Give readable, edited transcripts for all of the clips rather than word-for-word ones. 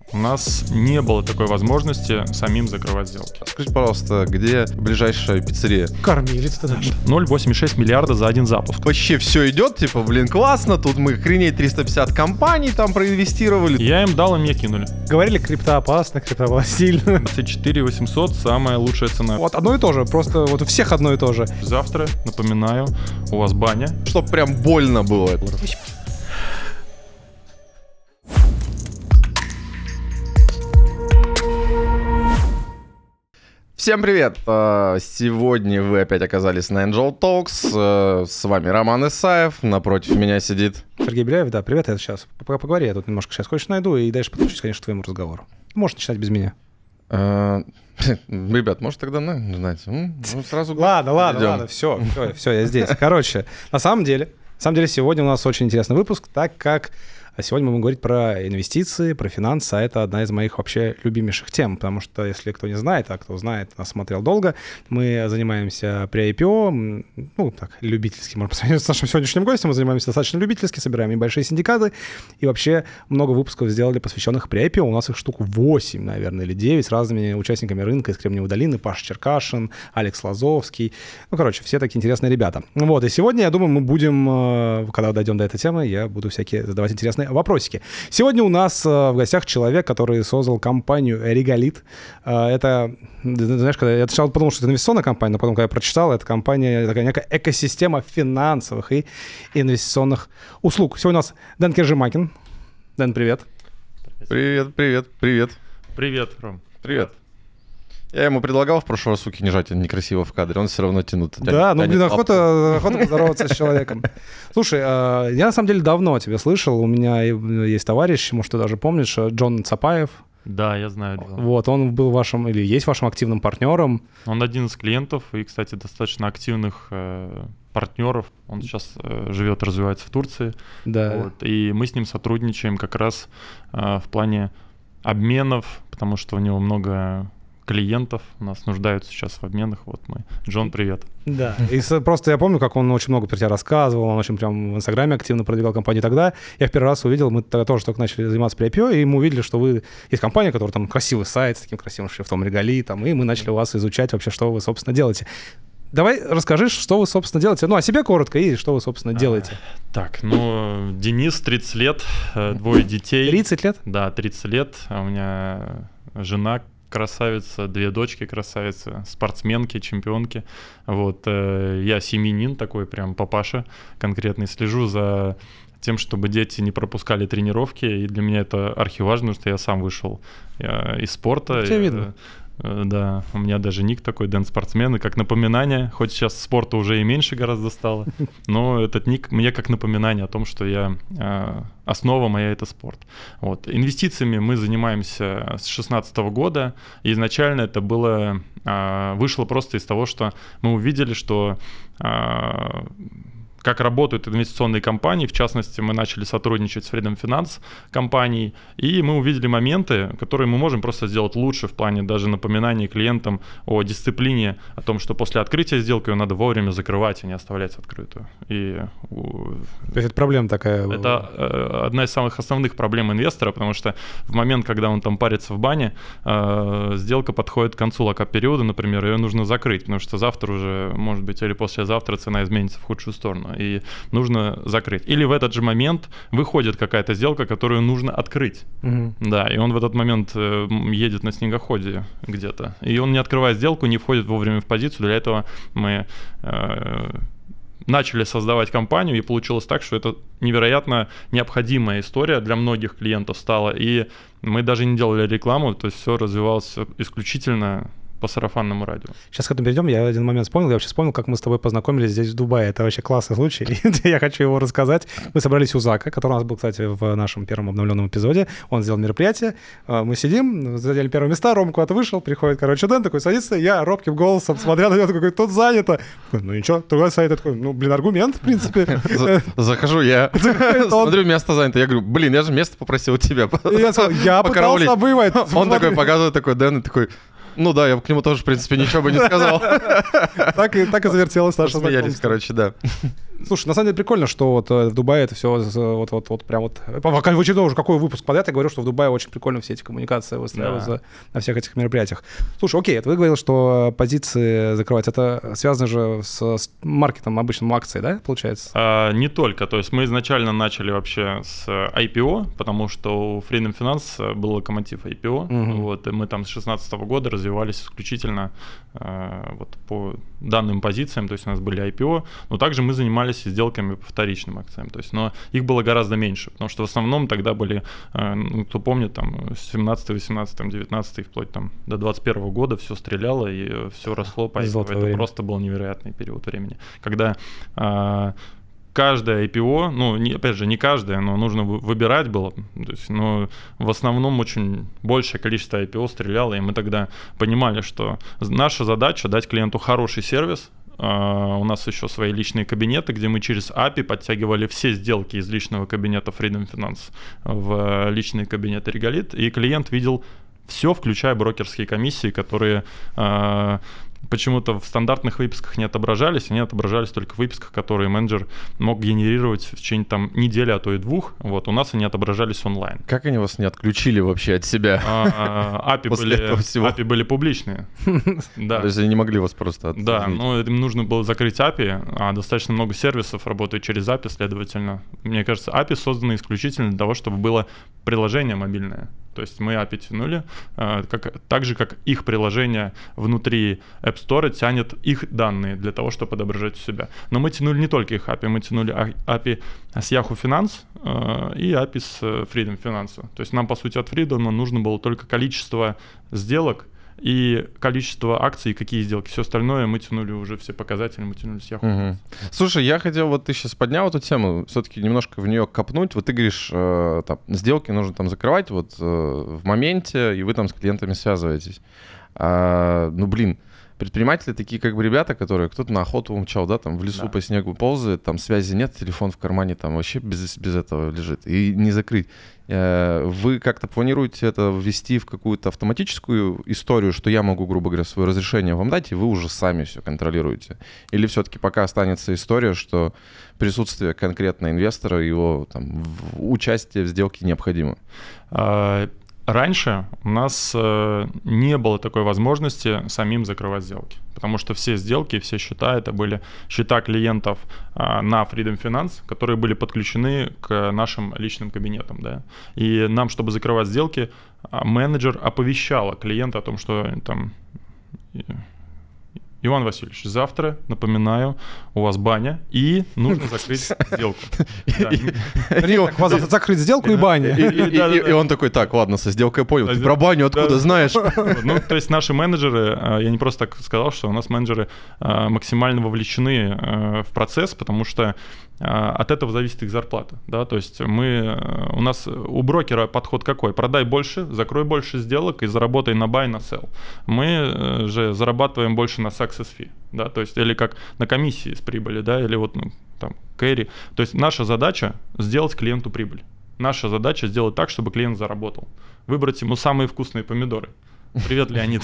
У нас не было такой возможности самим закрывать сделки. Скажите, пожалуйста, где ближайшая пиццерия? Кормилица наша. 0,86 миллиарда за один запуск. Вообще все идет, типа, блин, классно, тут мы охренеть 350 компаний там проинвестировали. Я им дал, и мне кинули. Говорили, крипта опасна, крипта была сильная. 24 800 самая лучшая цена. Вот одно и то же, просто вот у всех одно и то же. Завтра, напоминаю, у вас баня. Чтоб прям больно было. Всем привет! Сегодня вы опять оказались на Angel Talks. С вами Роман Исаев, напротив меня сидит Сергей Беляев, да, привет, я сейчас поговори, я тут немножко сейчас кое-что найду и дальше подключусь, конечно, к твоему разговору. Можешь начинать без меня. Ребят, может тогда, знаете, сразу... Ладно, все, я здесь. Короче, на самом деле, сегодня у нас очень интересный выпуск, так как сегодня мы будем говорить про инвестиции, про финансы, а это одна из моих вообще любимейших тем, потому что, если кто не знает, а кто знает, нас смотрел долго, мы занимаемся при IPO, ну, так, любительски, можно посмотреть, с нашим сегодняшним гостем, мы занимаемся достаточно любительски, собираем небольшие синдикаты, и вообще много выпусков сделали, посвященных при IPO, у нас их штук 8, наверное, или 9, с разными участниками рынка из Кремниевой долины, Паша Черкашин, Алекс Лазовский, ну, короче, все такие интересные ребята. Вот, и сегодня, я думаю, мы будем, когда дойдем до этой темы, я буду всякие задавать интересные вопросики. Сегодня у нас в гостях человек, который создал компанию Реголит. Это, знаешь, когда я сначала подумал, что это инвестиционная компания, но потом, когда я прочитал, это компания, такая некая экосистема финансовых и инвестиционных услуг. Сегодня у нас Дэн Кержемакин. Дэн, привет. Привет. Привет, Ром. Привет. Я ему предлагал в прошлый раз, суки, не жать некрасиво в кадре, он все равно тянут. Да, ну, блин, охота поздороваться с человеком. Слушай, я на самом деле давно тебя слышал, у меня есть товарищ, может, ты даже помнишь, Джон Цапаев. Да, я знаю. Вот, он был вашим, или есть вашим активным партнером. Он один из клиентов и, кстати, достаточно активных партнеров. Он сейчас живет, развивается в Турции. Да. Вот, и мы с ним сотрудничаем как раз в плане обменов, потому что у него много клиентов у нас нуждаются сейчас в обменах. Вот мы. Джон, привет. Да, и просто я помню, как он очень много про тебя рассказывал, он очень прям в Инстаграме активно продвигал компанию тогда. Я в первый раз увидел, мы тогда тоже только начали заниматься при IPO, и мы увидели, что вы есть компания, которая там красивый сайт с таким красивым шрифтом Реголит, там, и мы начали у вас изучать вообще, что вы, собственно, делаете. Давай расскажи, что вы, собственно, делаете. Ну, о себе коротко и что вы, собственно, делаете. Так, ну, Денис, 30 лет, двое детей. 30 лет? Да, 30 лет. А у меня жена красавица, 2 дочки красавицы, спортсменки, чемпионки. Вот, я семьянин такой, прям папаша конкретный, слежу за тем, чтобы дети не пропускали тренировки, и для меня это архиважно, потому что я сам вышел из спорта. Тебя видно. Да, у меня даже ник такой, Дэн Спортсмен, и как напоминание, хоть сейчас спорта уже и меньше гораздо стало, но этот ник мне как напоминание о том, что основа моя — это спорт. Вот. Инвестициями мы занимаемся с 2016 года, и изначально это вышло просто из того, что мы увидели, что как работают инвестиционные компании, в частности, мы начали сотрудничать с Freedom Finance компанией, и мы увидели моменты, которые мы можем просто сделать лучше в плане даже напоминания клиентам о дисциплине, о том, что после открытия сделки ее надо вовремя закрывать, а не оставлять открытую. То есть это проблема такая? Это одна из самых основных проблем инвестора, потому что в момент, когда он там парится в бане, сделка подходит к концу локап-периода, например, ее нужно закрыть, потому что завтра уже, может быть, или послезавтра цена изменится в худшую сторону, и нужно закрыть. Или в этот же момент выходит какая-то сделка, которую нужно открыть. Да, и он в этот момент едет на снегоходе где-то, и он не открывает сделку, не входит вовремя в позицию. Для этого мы начали создавать компанию, и получилось так, что это невероятно необходимая история для многих клиентов стала, и мы даже не делали рекламу, то есть все развивалось исключительно по сарафанному радио. Сейчас к этому перейдем. Я один момент вспомнил. Я вообще вспомнил, как мы с тобой познакомились здесь, в Дубае. Это вообще классный случай. Я хочу его рассказать. Мы собрались у Зака, который у нас был, кстати, в нашем первом обновленном эпизоде. Он сделал мероприятие. Мы сидим, заняли первые места. Рома куда-то вышел. Приходит, Дэн такой садится. Я робким голосом, смотря на него, такой, тут занято. Ну ничего, другой сайт такой, аргумент, в принципе. Захожу я, смотрю, место занято. Я говорю, я же место попросил у тебя. Я пытался вывать. Он такой показывает, такой, Дэн, и такой... Ну да, я к нему тоже, в принципе, ничего бы не сказал. Так и завертелось наше Смеялись, знакомство. короче, да. Слушай, на самом деле прикольно, что вот в Дубае это все вот прям вот... В очередной уже какой выпуск подряд я говорю, что в Дубае очень прикольно все эти коммуникации выстраиваются на всех этих мероприятиях. Слушай, окей, это вы говорил, что позиции закрывать, это связано же с маркетом обычным акций, да, получается? Не только. То есть мы изначально начали вообще с IPO, потому что у Freedom Finance был локомотив IPO. Вот, и мы там с 2016 года развивались исключительно вот по данным позициям. То есть у нас были IPO, но также мы занимались и сделками по вторичным акциям. То есть, но их было гораздо меньше, потому что в основном тогда были, кто помнит, там 17, 18, 19, вплоть там до 21 года все стреляло и все росло по IPO. Это просто был невероятный период времени, когда каждое IPO, ну, опять же, не каждое, но нужно выбирать было. То есть, но в основном очень большее количество IPO стреляло, и мы тогда понимали, что наша задача дать клиенту хороший сервис. У нас еще свои личные кабинеты, где мы через API подтягивали все сделки из личного кабинета Freedom Finance в личные кабинеты Regalit, и клиент видел все, включая брокерские комиссии, которые почему-то в стандартных выписках не отображались, они отображались только в выписках, которые менеджер мог генерировать в течение там недели, а то и 2. Вот, у нас они отображались онлайн. Как они вас не отключили вообще от себя? API были публичные. То есть они не могли вас просто отключить? Да, но им нужно было закрыть API, а достаточно много сервисов работает через API, следовательно. Мне кажется, API созданы исключительно для того, чтобы было приложение мобильное. То есть мы API тянули, так же, как их приложение внутри App Store тянет их данные для того, чтобы отображать у себя. Но мы тянули не только их API, мы тянули API с Yahoo Finance и API с Freedom Finance. То есть нам, по сути, от Freedom нужно было только количество сделок и количество акций, какие сделки. Все остальное мы тянули уже, все показатели мы тянули с Yahoo. Слушай, я хотел, вот ты сейчас поднял эту тему, все-таки немножко в нее копнуть. Вот ты говоришь, там, сделки нужно там закрывать вот в моменте, и вы там с клиентами связываетесь. Ну, блин, предприниматели такие как бы ребята, которые кто-то на охоту умчал, да, там в лесу по снегу ползает, там связи нет, телефон в кармане там вообще без этого лежит, и не закрыть. Вы как-то планируете это ввести в какую-то автоматическую историю, что я могу, грубо говоря, свое разрешение вам дать, и вы уже сами все контролируете? Или все-таки пока останется история, что присутствие конкретно инвестора, его там, участие в сделке необходимо? Раньше у нас не было такой возможности самим закрывать сделки, потому что все сделки, все счета, это были счета клиентов на Freedom Finance, которые были подключены к нашим личным кабинетам. Да? И нам, чтобы закрывать сделки, менеджер оповещал клиента о том, что там... Иван Васильевич, завтра, напоминаю, у вас баня, и нужно закрыть сделку. Закрыть сделку и баня. И он такой, так, ладно, со сделкой понял. Ты про баню откуда знаешь? Ну, то есть наши менеджеры, я не просто так сказал, что у нас менеджеры максимально вовлечены в процесс, потому что от этого зависит их зарплата, да, то есть у нас у брокера подход какой? Продай больше, закрой больше сделок и заработай на buy, на sell. Мы же зарабатываем больше на success fee, да, то есть или как на комиссии с прибыли, да, или вот там carry. То есть наша задача сделать клиенту прибыль. Наша задача сделать так, чтобы клиент заработал. Выбрать ему самые вкусные помидоры. Привет, Леонид.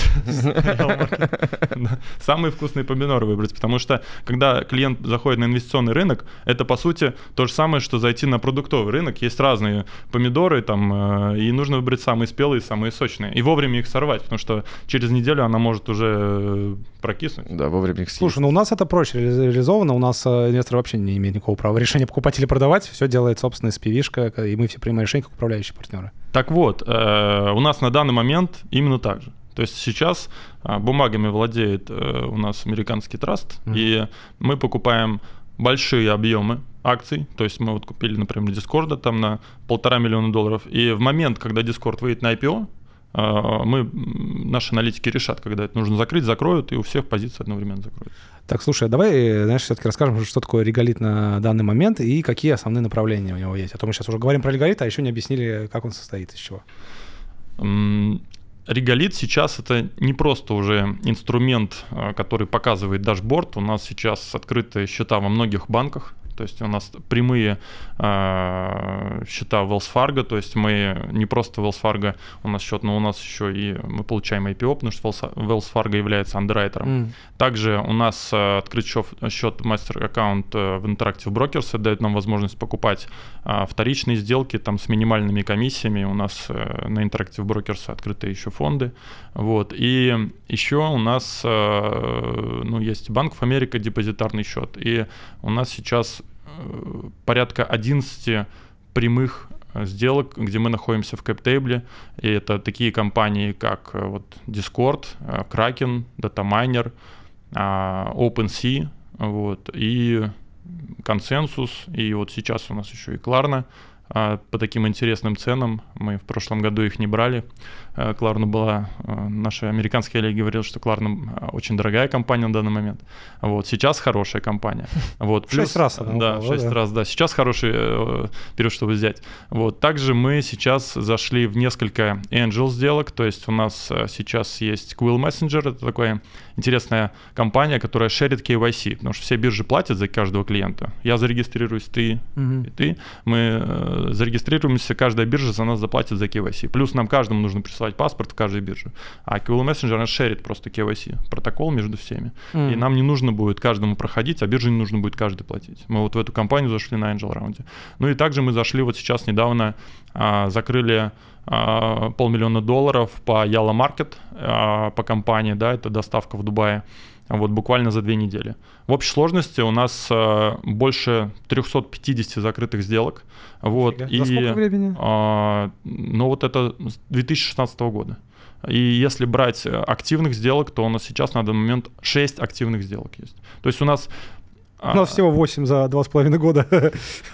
Самые вкусные помидоры выбрать, потому что когда клиент заходит на инвестиционный рынок, это по сути то же самое, что зайти на продуктовый рынок. Есть разные помидоры, там, и нужно выбрать самые спелые, самые сочные. И вовремя их сорвать, потому что через неделю она может уже прокиснуть. Да, вовремя их съесть. Слушай, ну у нас это проще реализовано, у нас инвестор вообще не имеет никакого права решения покупать или продавать, все делает собственная SPV-шка, и мы все принимаем решения как управляющие партнеры. Так вот, у нас на данный момент именно так же. То есть сейчас бумагами владеет у нас американский траст, и мы покупаем большие объемы акций. То есть мы вот купили, например, Discord там на $1,5 миллиона. И в момент, когда Discord выйдет на IPO, наши аналитики решат, когда это нужно закрыть, закроют, и у всех позиции одновременно закроют. Так, слушай, давай, знаешь, все-таки расскажем, что такое Regalit на данный момент и какие основные направления у него есть. А то мы сейчас уже говорим про Regalit, а еще не объяснили, как он состоит, из чего. Regalit сейчас это не просто уже инструмент, который показывает дашборд. У нас сейчас открыты счета во многих банках. То есть у нас прямые счета Wells Fargo, то есть мы не просто Wells Fargo, у нас счет, но у нас еще и мы получаем IPO, потому что Wells Fargo является андеррайтером. Также у нас открыт счет мастер-аккаунт в Interactive Brokers, это дает нам возможность покупать вторичные сделки там, с минимальными комиссиями. У нас на Interactive Brokers открыты еще фонды. Вот. И еще у нас есть Банк of America депозитарный счет. И у нас сейчас порядка 11 прямых сделок, где мы находимся в кэптейбле. И это такие компании, как Discord, Kraken, Dataminer, OpenSea, и Consensus. И вот сейчас у нас еще и Klarna по таким интересным ценам. Мы в прошлом году их не брали. Klarna была, наши американские коллеги говорили, что Klarna очень дорогая компания на данный момент. Вот, сейчас хорошая компания. Вот, плюс, 6 раз она упала, 6 раз, да. Сейчас хороший период, чтобы взять. Вот, также мы сейчас зашли в несколько Angel сделок, то есть у нас сейчас есть Quill Messenger, это такая интересная компания, которая шерит KYC, потому что все биржи платят за каждого клиента. Я зарегистрируюсь, ты и ты. Мы зарегистрируемся, каждая биржа за нас заплатит за KYC. Плюс нам каждому нужно присылать паспорт в каждой бирже. А Quill Messenger, она шерит просто KYC, протокол между всеми. И нам не нужно будет каждому проходить, а бирже не нужно будет каждый платить. Мы вот в эту компанию зашли на Angel раунде. Ну и также мы зашли вот сейчас недавно, закрыли $500 000 по Yalla Market, по компании, да, это доставка в Дубае. Вот буквально за 2 недели. В общей сложности у нас больше 350 закрытых сделок. Вот. За сколько времени? Вот это с 2016 года. И если брать активных сделок, то у нас сейчас на данный момент 6 активных сделок есть. То есть у нас всего 8 за 2,5 года.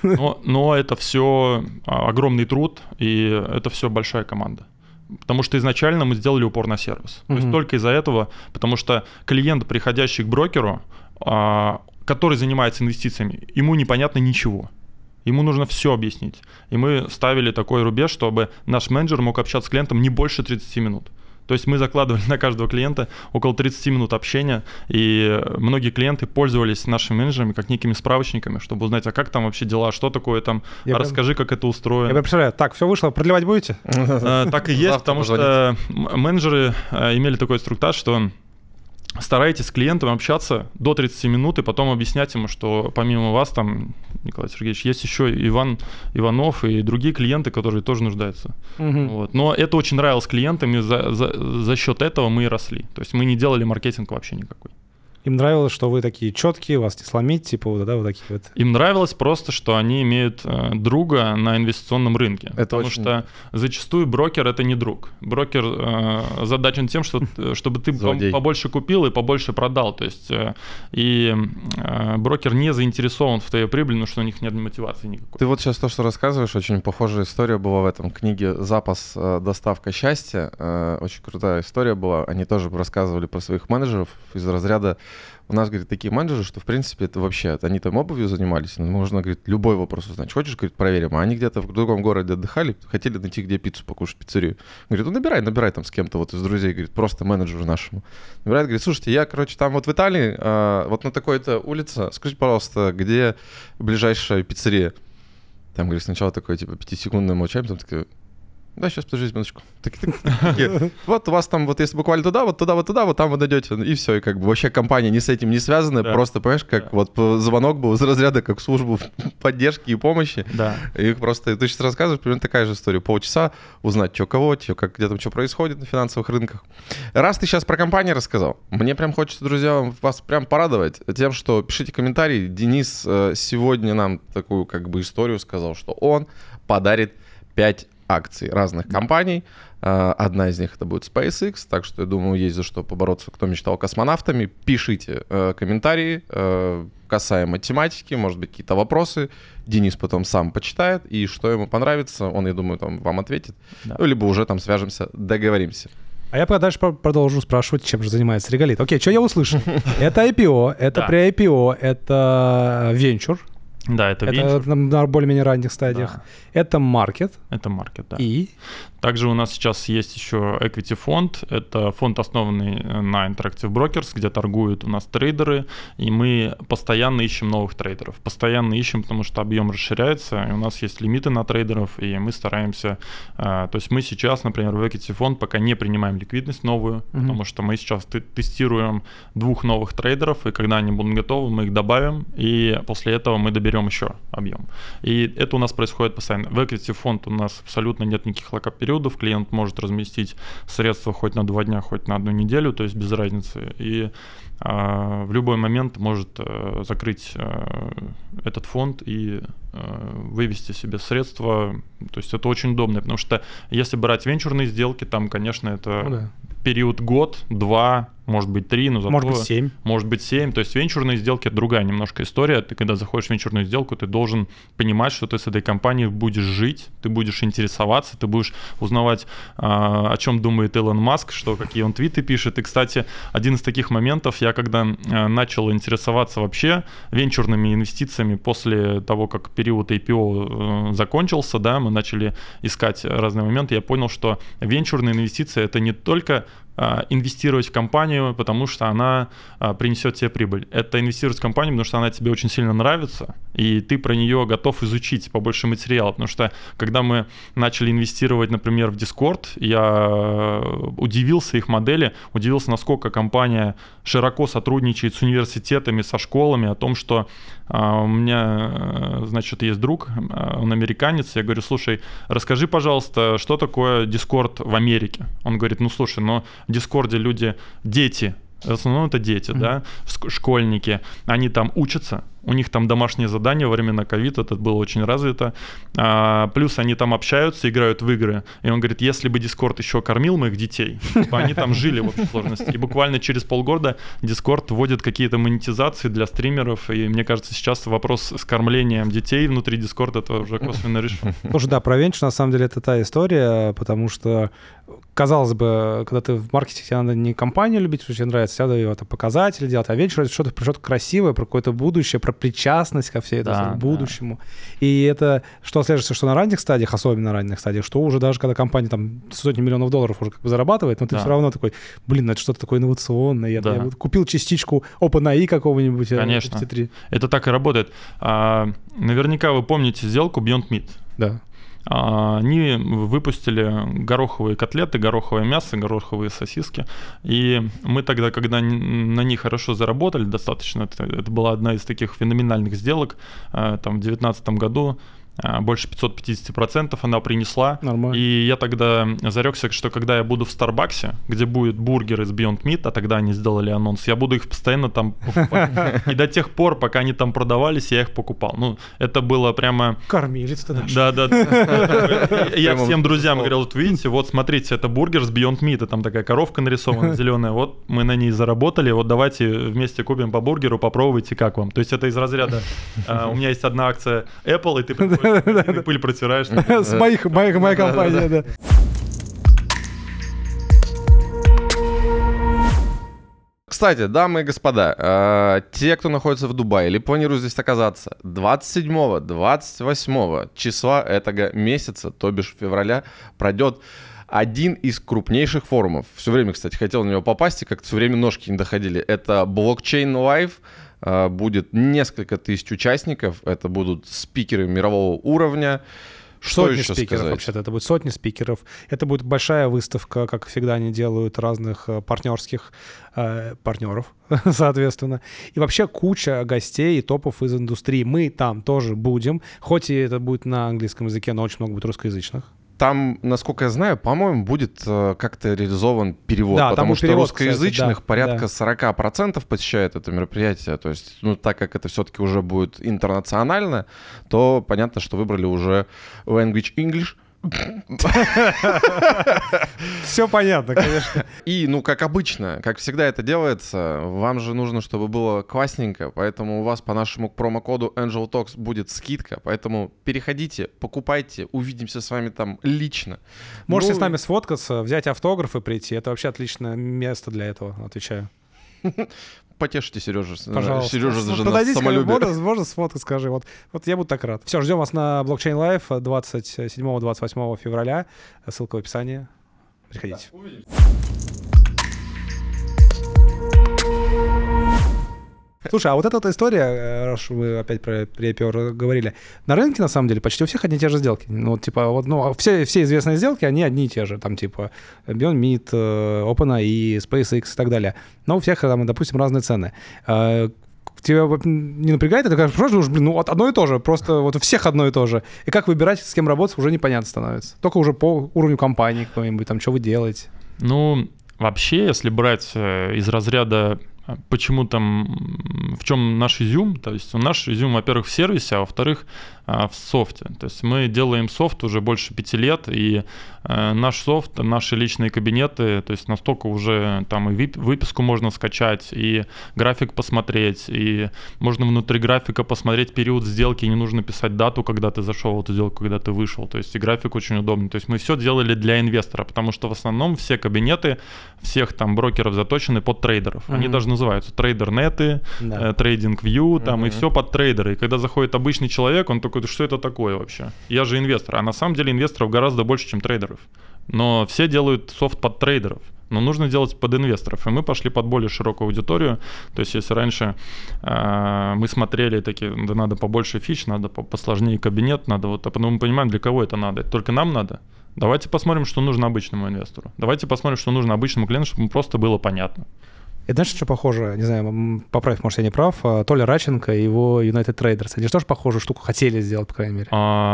Но это все огромный труд, и это все большая команда. Потому что изначально мы сделали упор на сервис. То есть только из-за этого, потому что клиент, приходящий к брокеру, который занимается инвестициями, ему непонятно ничего. Ему нужно все объяснить. И мы ставили такой рубеж, чтобы наш менеджер мог общаться с клиентом не больше 30 минут. То есть мы закладывали на каждого клиента около 30 минут общения, и многие клиенты пользовались нашими менеджерами как некими справочниками, чтобы узнать, а как там вообще дела, что такое там, расскажи, как это устроено. Я представляю, так, все вышло, продлевать будете? Так и есть, потому что менеджеры имели такой инструктаж, что старайтесь с клиентом общаться до 30 минут и потом объяснять ему, что помимо вас там, Николай Сергеевич, есть еще Иван Иванов и другие клиенты, которые тоже нуждаются. Вот. Но это очень нравилось клиентам, и за счет этого мы и росли. То есть мы не делали маркетинг вообще никакой. Им нравилось, что вы такие четкие, вас не сломить, типа, вот такие вот. Им нравилось просто, что они имеют друга на инвестиционном рынке. Это потому что зачастую брокер — это не друг. Брокер задачен тем, чтобы ты побольше купил и побольше продал. То есть и брокер не заинтересован в твоей прибыли, но что у них нет мотивации никакой. Ты вот сейчас то, что рассказываешь, очень похожая история была в этом книге «Запас. Доставка счастья». Очень крутая история была. Они тоже рассказывали про своих менеджеров из разряда: у нас, говорит, такие менеджеры, что, в принципе, это вообще, они там обувью занимались, но можно, говорит, любой вопрос узнать. Хочешь, говорит, проверим. А они где-то в другом городе отдыхали, хотели найти, где пиццу покушать, пиццерию. Говорит, набирай там с кем-то вот из друзей, говорит, просто менеджеру нашему. Набирает, говорит, слушайте, я, там вот в Италии, вот на такой-то улице, скажите, пожалуйста, где ближайшая пиццерия? Там, говорит, сначала такое, типа, 5-секундное молчание, потом такое: да, сейчас, подождите минуточку. Вот у вас там, вот если буквально туда, вот там вы дойдете, и все, и как бы вообще компания не с этим не связана, просто, понимаешь, как вот звонок был из разряда как службу поддержки и помощи. Да. И просто, ты сейчас рассказываешь, примерно такая же история. Полчаса узнать, что кого, как где там что происходит на финансовых рынках. Раз ты сейчас про компании рассказал, мне прям хочется, друзья, вас прям порадовать тем, что пишите комментарии. Денис сегодня нам такую как бы историю сказал, что он подарит 5 акций разных компаний. Одна из них это будет SpaceX, так что я думаю, есть за что побороться, кто мечтал космонавтами. Пишите комментарии касаемо тематики, может быть, какие-то вопросы. Денис потом сам почитает, и что ему понравится, он, я думаю, там вам ответит. Да. Ну, либо уже там свяжемся, договоримся. А я дальше продолжу спрашивать, чем же занимается Реголит. Окей, что я услышал? Это IPO, это pre-IPO, это венчур. Да, это венчур. Это на более-менее ранних стадиях. Да. Это маркет. Это маркет, да. И? Также у нас сейчас есть еще equity фонд. Это фонд, основанный на Interactive Brokers, где торгуют у нас трейдеры, и мы постоянно ищем новых трейдеров. Постоянно ищем, потому что объем расширяется, и у нас есть лимиты на трейдеров, и мы стараемся... То есть мы сейчас, например, в equity фонд пока не принимаем ликвидность новую, потому что мы сейчас тестируем 2 новых трейдеров, и когда они будут готовы, мы их добавим, и после этого мы доберем еще объем. И это у нас происходит постоянно. В equity фонд у нас абсолютно нет никаких локап-периодов, клиент может разместить средства хоть на 2 дня, хоть на 1 неделю, то есть без разницы. И в любой момент может закрыть этот фонд и вывести себе средства. То есть это очень удобно, потому что если брать венчурные сделки, там, конечно, это период год, 2, может быть 3, но зато... Может быть 7. Может быть 7. То есть венчурные сделки — это другая немножко история. Ты когда заходишь в венчурную сделку, ты должен понимать, что ты с этой компанией будешь жить, ты будешь интересоваться, ты будешь узнавать, о чем думает Илон Маск, какие он твиты пишет. И, кстати, один из таких моментов, я когда начал интересоваться вообще венчурными инвестициями после того, как период IPO закончился, да, мы начали искать разные моменты, я понял, что венчурные инвестиции — это не только инвестировать в компанию, потому что она принесет тебе прибыль. Это инвестировать в компанию, потому что она тебе очень сильно нравится, и ты про нее готов изучить побольше материала. Потому что когда мы начали инвестировать, например, в Discord, я удивился их модели, удивился, насколько компания широко сотрудничает с университетами, со школами, о том, что у меня, значит, есть друг, он американец, я говорю: слушай, расскажи, пожалуйста, что такое Discord в Америке? Он говорит: ну, слушай, но в Дискорде люди, дети, в основном это дети, да, школьники, они там учатся, у них там домашние задания во времена ковид, это было очень развито, плюс они там общаются, играют в игры, и он говорит: если бы Discord еще кормил моих детей, то они там жили в общей сложности, и буквально через полгода Discord вводит какие-то монетизации для стримеров, и мне кажется, сейчас вопрос с кормлением детей внутри Discord это уже косвенно решен. Слушай, да, про венчур на самом деле это та история, потому что, казалось бы, когда ты в маркетинге, тебе надо не компанию любить, что тебе нравится, тебе надо ее показатели делать, а венчур — это что-то красивое, про какое-то будущее, про причастность ко всей этой будущему. И это что отслеживается, что на ранних стадиях, особенно на ранних стадиях, что уже даже когда компания там сотни миллионов долларов уже как бы зарабатывает, но ты все равно такой: блин, это что-то такое инновационное. Я купил частичку OpenAI какого-нибудь. Конечно, это так и работает. Наверняка вы помните сделку Beyond Meat. Да. Они выпустили гороховые котлеты, гороховое мясо, гороховые сосиски. И мы тогда, когда на них хорошо заработали достаточно, это была одна из таких феноменальных сделок, там в 2019 году, больше 550% она принесла. Нормально. И я тогда зарекся, что когда я буду в Старбаксе, где будет бургер из Beyond Meat, а тогда они сделали анонс, я буду их постоянно там покупать. И до тех пор, пока они там продавались, я их покупал. Ну, это было прямо... Кормилец-то наш. Да. Я всем друзьям говорил: вот видите, вот смотрите, это бургер с Beyond Meat, и там такая коровка нарисована зеленая, вот мы на ней заработали, вот давайте вместе купим по бургеру, попробуйте, как вам. То есть это из разряда: у меня есть одна акция Apple, и ты приходишь, и пыль протираешь. С моей компании, да. Кстати, дамы и господа, те, кто находится в Дубае или планирует здесь оказаться, 27-28 числа этого месяца, то бишь февраля, пройдет один из крупнейших форумов. Все время, кстати, хотел на него попасть, и как-то все время ножки не доходили. Это Blockchain Live. Будет несколько тысяч участников. Это будут спикеры мирового уровня. Что сотни еще спикеров, сказать? вообще-то. Это будет сотни спикеров. Это будет большая выставка, как всегда они делают, разных партнерских партнеров, соответственно. И вообще куча гостей и топов из индустрии. Мы там тоже будем. Хоть и это будет на английском языке, но очень много будет русскоязычных. Там, насколько я знаю, по-моему, будет как-то реализован перевод, да, потому что перевод, русскоязычных, кстати, порядка 40% посещает это мероприятие. То есть, так как это все-таки уже будет интернационально, то понятно, что выбрали уже language English. Все понятно, конечно. И, как обычно, как всегда это делается, вам же нужно, чтобы было классненько, поэтому у вас по нашему промокоду Angel Talks будет скидка, поэтому переходите, покупайте, увидимся с вами там лично. Можете с нами сфоткаться, взять автограф и прийти. Это вообще отличное место для этого, отвечаю. потешите Сережа. Пожалуйста. Сережа даже на Подойдите, самолюбие. можно сфоткать, скажи. Вот я буду так рад. Все, ждем вас на Blockchain Live 27-28 февраля. Ссылка в описании. Приходите. Слушай, а вот эта вот история, раз мы опять про IPO говорили, на рынке, на самом деле, почти у всех одни и те же сделки. Ну, типа, вот, ну, все известные сделки, они одни и те же. Там, типа, Beyond Meat, OpenAI, SpaceX и так далее. Но у всех, там, допустим, разные цены. Тебя не напрягает? Это кажется, просто, блин, ну, одно и то же. Просто вот у всех одно и то же. И как выбирать, с кем работать, уже непонятно становится. Только уже по уровню компании какой-нибудь, там, что вы делаете. Ну, вообще, если брать из разряда почему там, в чем наш изюм, то есть наш изюм, во-первых, в сервисе, а во-вторых, в софте. То есть мы делаем софт уже больше 5 лет, и наш софт, наши личные кабинеты, то есть настолько уже там и выписку можно скачать, и график посмотреть, и можно внутри графика посмотреть период сделки, и не нужно писать дату, когда ты зашел в эту сделку, когда ты вышел. То есть и график очень удобный. То есть мы все делали для инвестора, потому что в основном все кабинеты всех там брокеров заточены под трейдеров. Они даже называются трейдернеты, TradingView, там, и все под трейдеры. И когда заходит обычный человек, он такой: что это такое вообще? Я же инвестор. А на самом деле инвесторов гораздо больше, чем трейдеров. Но все делают софт под трейдеров. Но нужно делать под инвесторов. И мы пошли под более широкую аудиторию. То есть если раньше мы смотрели такие, да надо побольше фич, надо посложнее кабинет, надо вот, а потом мы понимаем, для кого это надо. Это только нам надо. Давайте посмотрим, что нужно обычному инвестору. Давайте посмотрим, что нужно обычному клиенту, чтобы ему просто было понятно. И знаешь, что похоже? Не знаю, поправь, может, я не прав. Толя Радченко и его United Traders. Они же тоже похожую штуку хотели сделать, по крайней мере.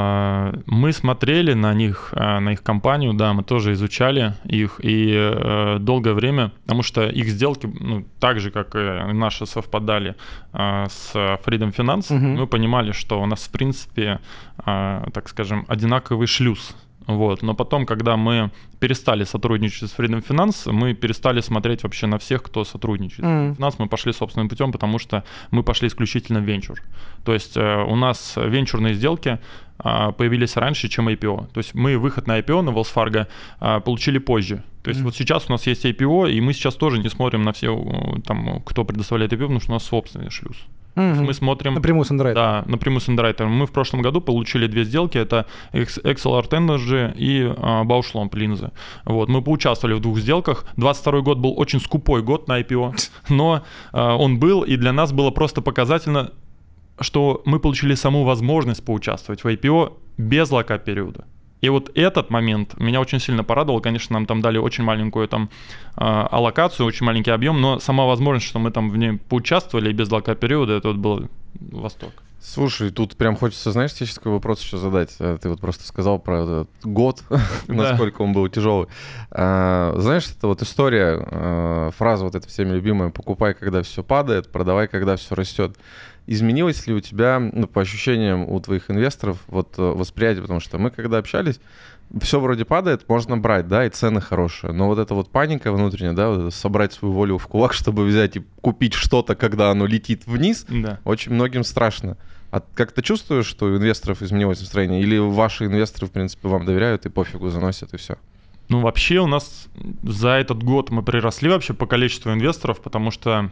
Мы смотрели на них, на их компанию, да, мы тоже изучали их, и долгое время, потому что их сделки, ну, так же, как и наши, совпадали с Freedom Finance, мы понимали, что у нас, в принципе, так скажем, одинаковый шлюз. Вот. Но потом, когда мы перестали сотрудничать с Freedom Finance, мы перестали смотреть вообще на всех, кто сотрудничает. В нас мы пошли собственным путем, потому что мы пошли исключительно в венчур. То есть у нас венчурные сделки появились раньше, чем IPO. То есть мы выход на IPO на Wells Fargo получили позже. То есть вот сейчас у нас есть IPO, и мы сейчас тоже не смотрим на все, там, кто предоставляет IPO, потому что у нас собственный шлюз. Мы смотрим... Напрямую с Underwriter. Да, напрямую с Underwriter. Мы в прошлом году получили 2 сделки, это XLR Energy и Bausch Lomb линзы. Вот, мы поучаствовали в 2 сделках. 22 год был очень скупой год на IPO, но он был, и для нас было просто показательно, что мы получили саму возможность поучаствовать в IPO без локап-периода. И вот этот момент меня очень сильно порадовал. Конечно, нам там дали очень маленькую там аллокацию, очень маленький объем, но сама возможность, что мы там в ней поучаствовали и без локап-периода, это вот был восторг. Слушай, тут прям хочется, знаешь, тебе сейчас такой вопрос еще задать. Ты вот просто сказал про этот год, насколько он был тяжелый. Знаешь, это вот история, фраза вот эта всеми любимая: покупай, когда все падает, продавай, когда все растет. Изменилось ли у тебя, ну, по ощущениям у твоих инвесторов, вот восприятие? Потому что мы, когда общались, все вроде падает, можно брать, да, и цены хорошие. Но вот эта вот паника внутренняя, да, вот собрать свою волю в кулак, чтобы взять и купить что-то, когда оно летит вниз, да, очень многим страшно. А как ты чувствуешь, что у инвесторов изменилось настроение? Или ваши инвесторы, в принципе, вам доверяют и пофигу, заносят, и все? Ну, вообще у нас за этот год мы приросли вообще по количеству инвесторов, потому что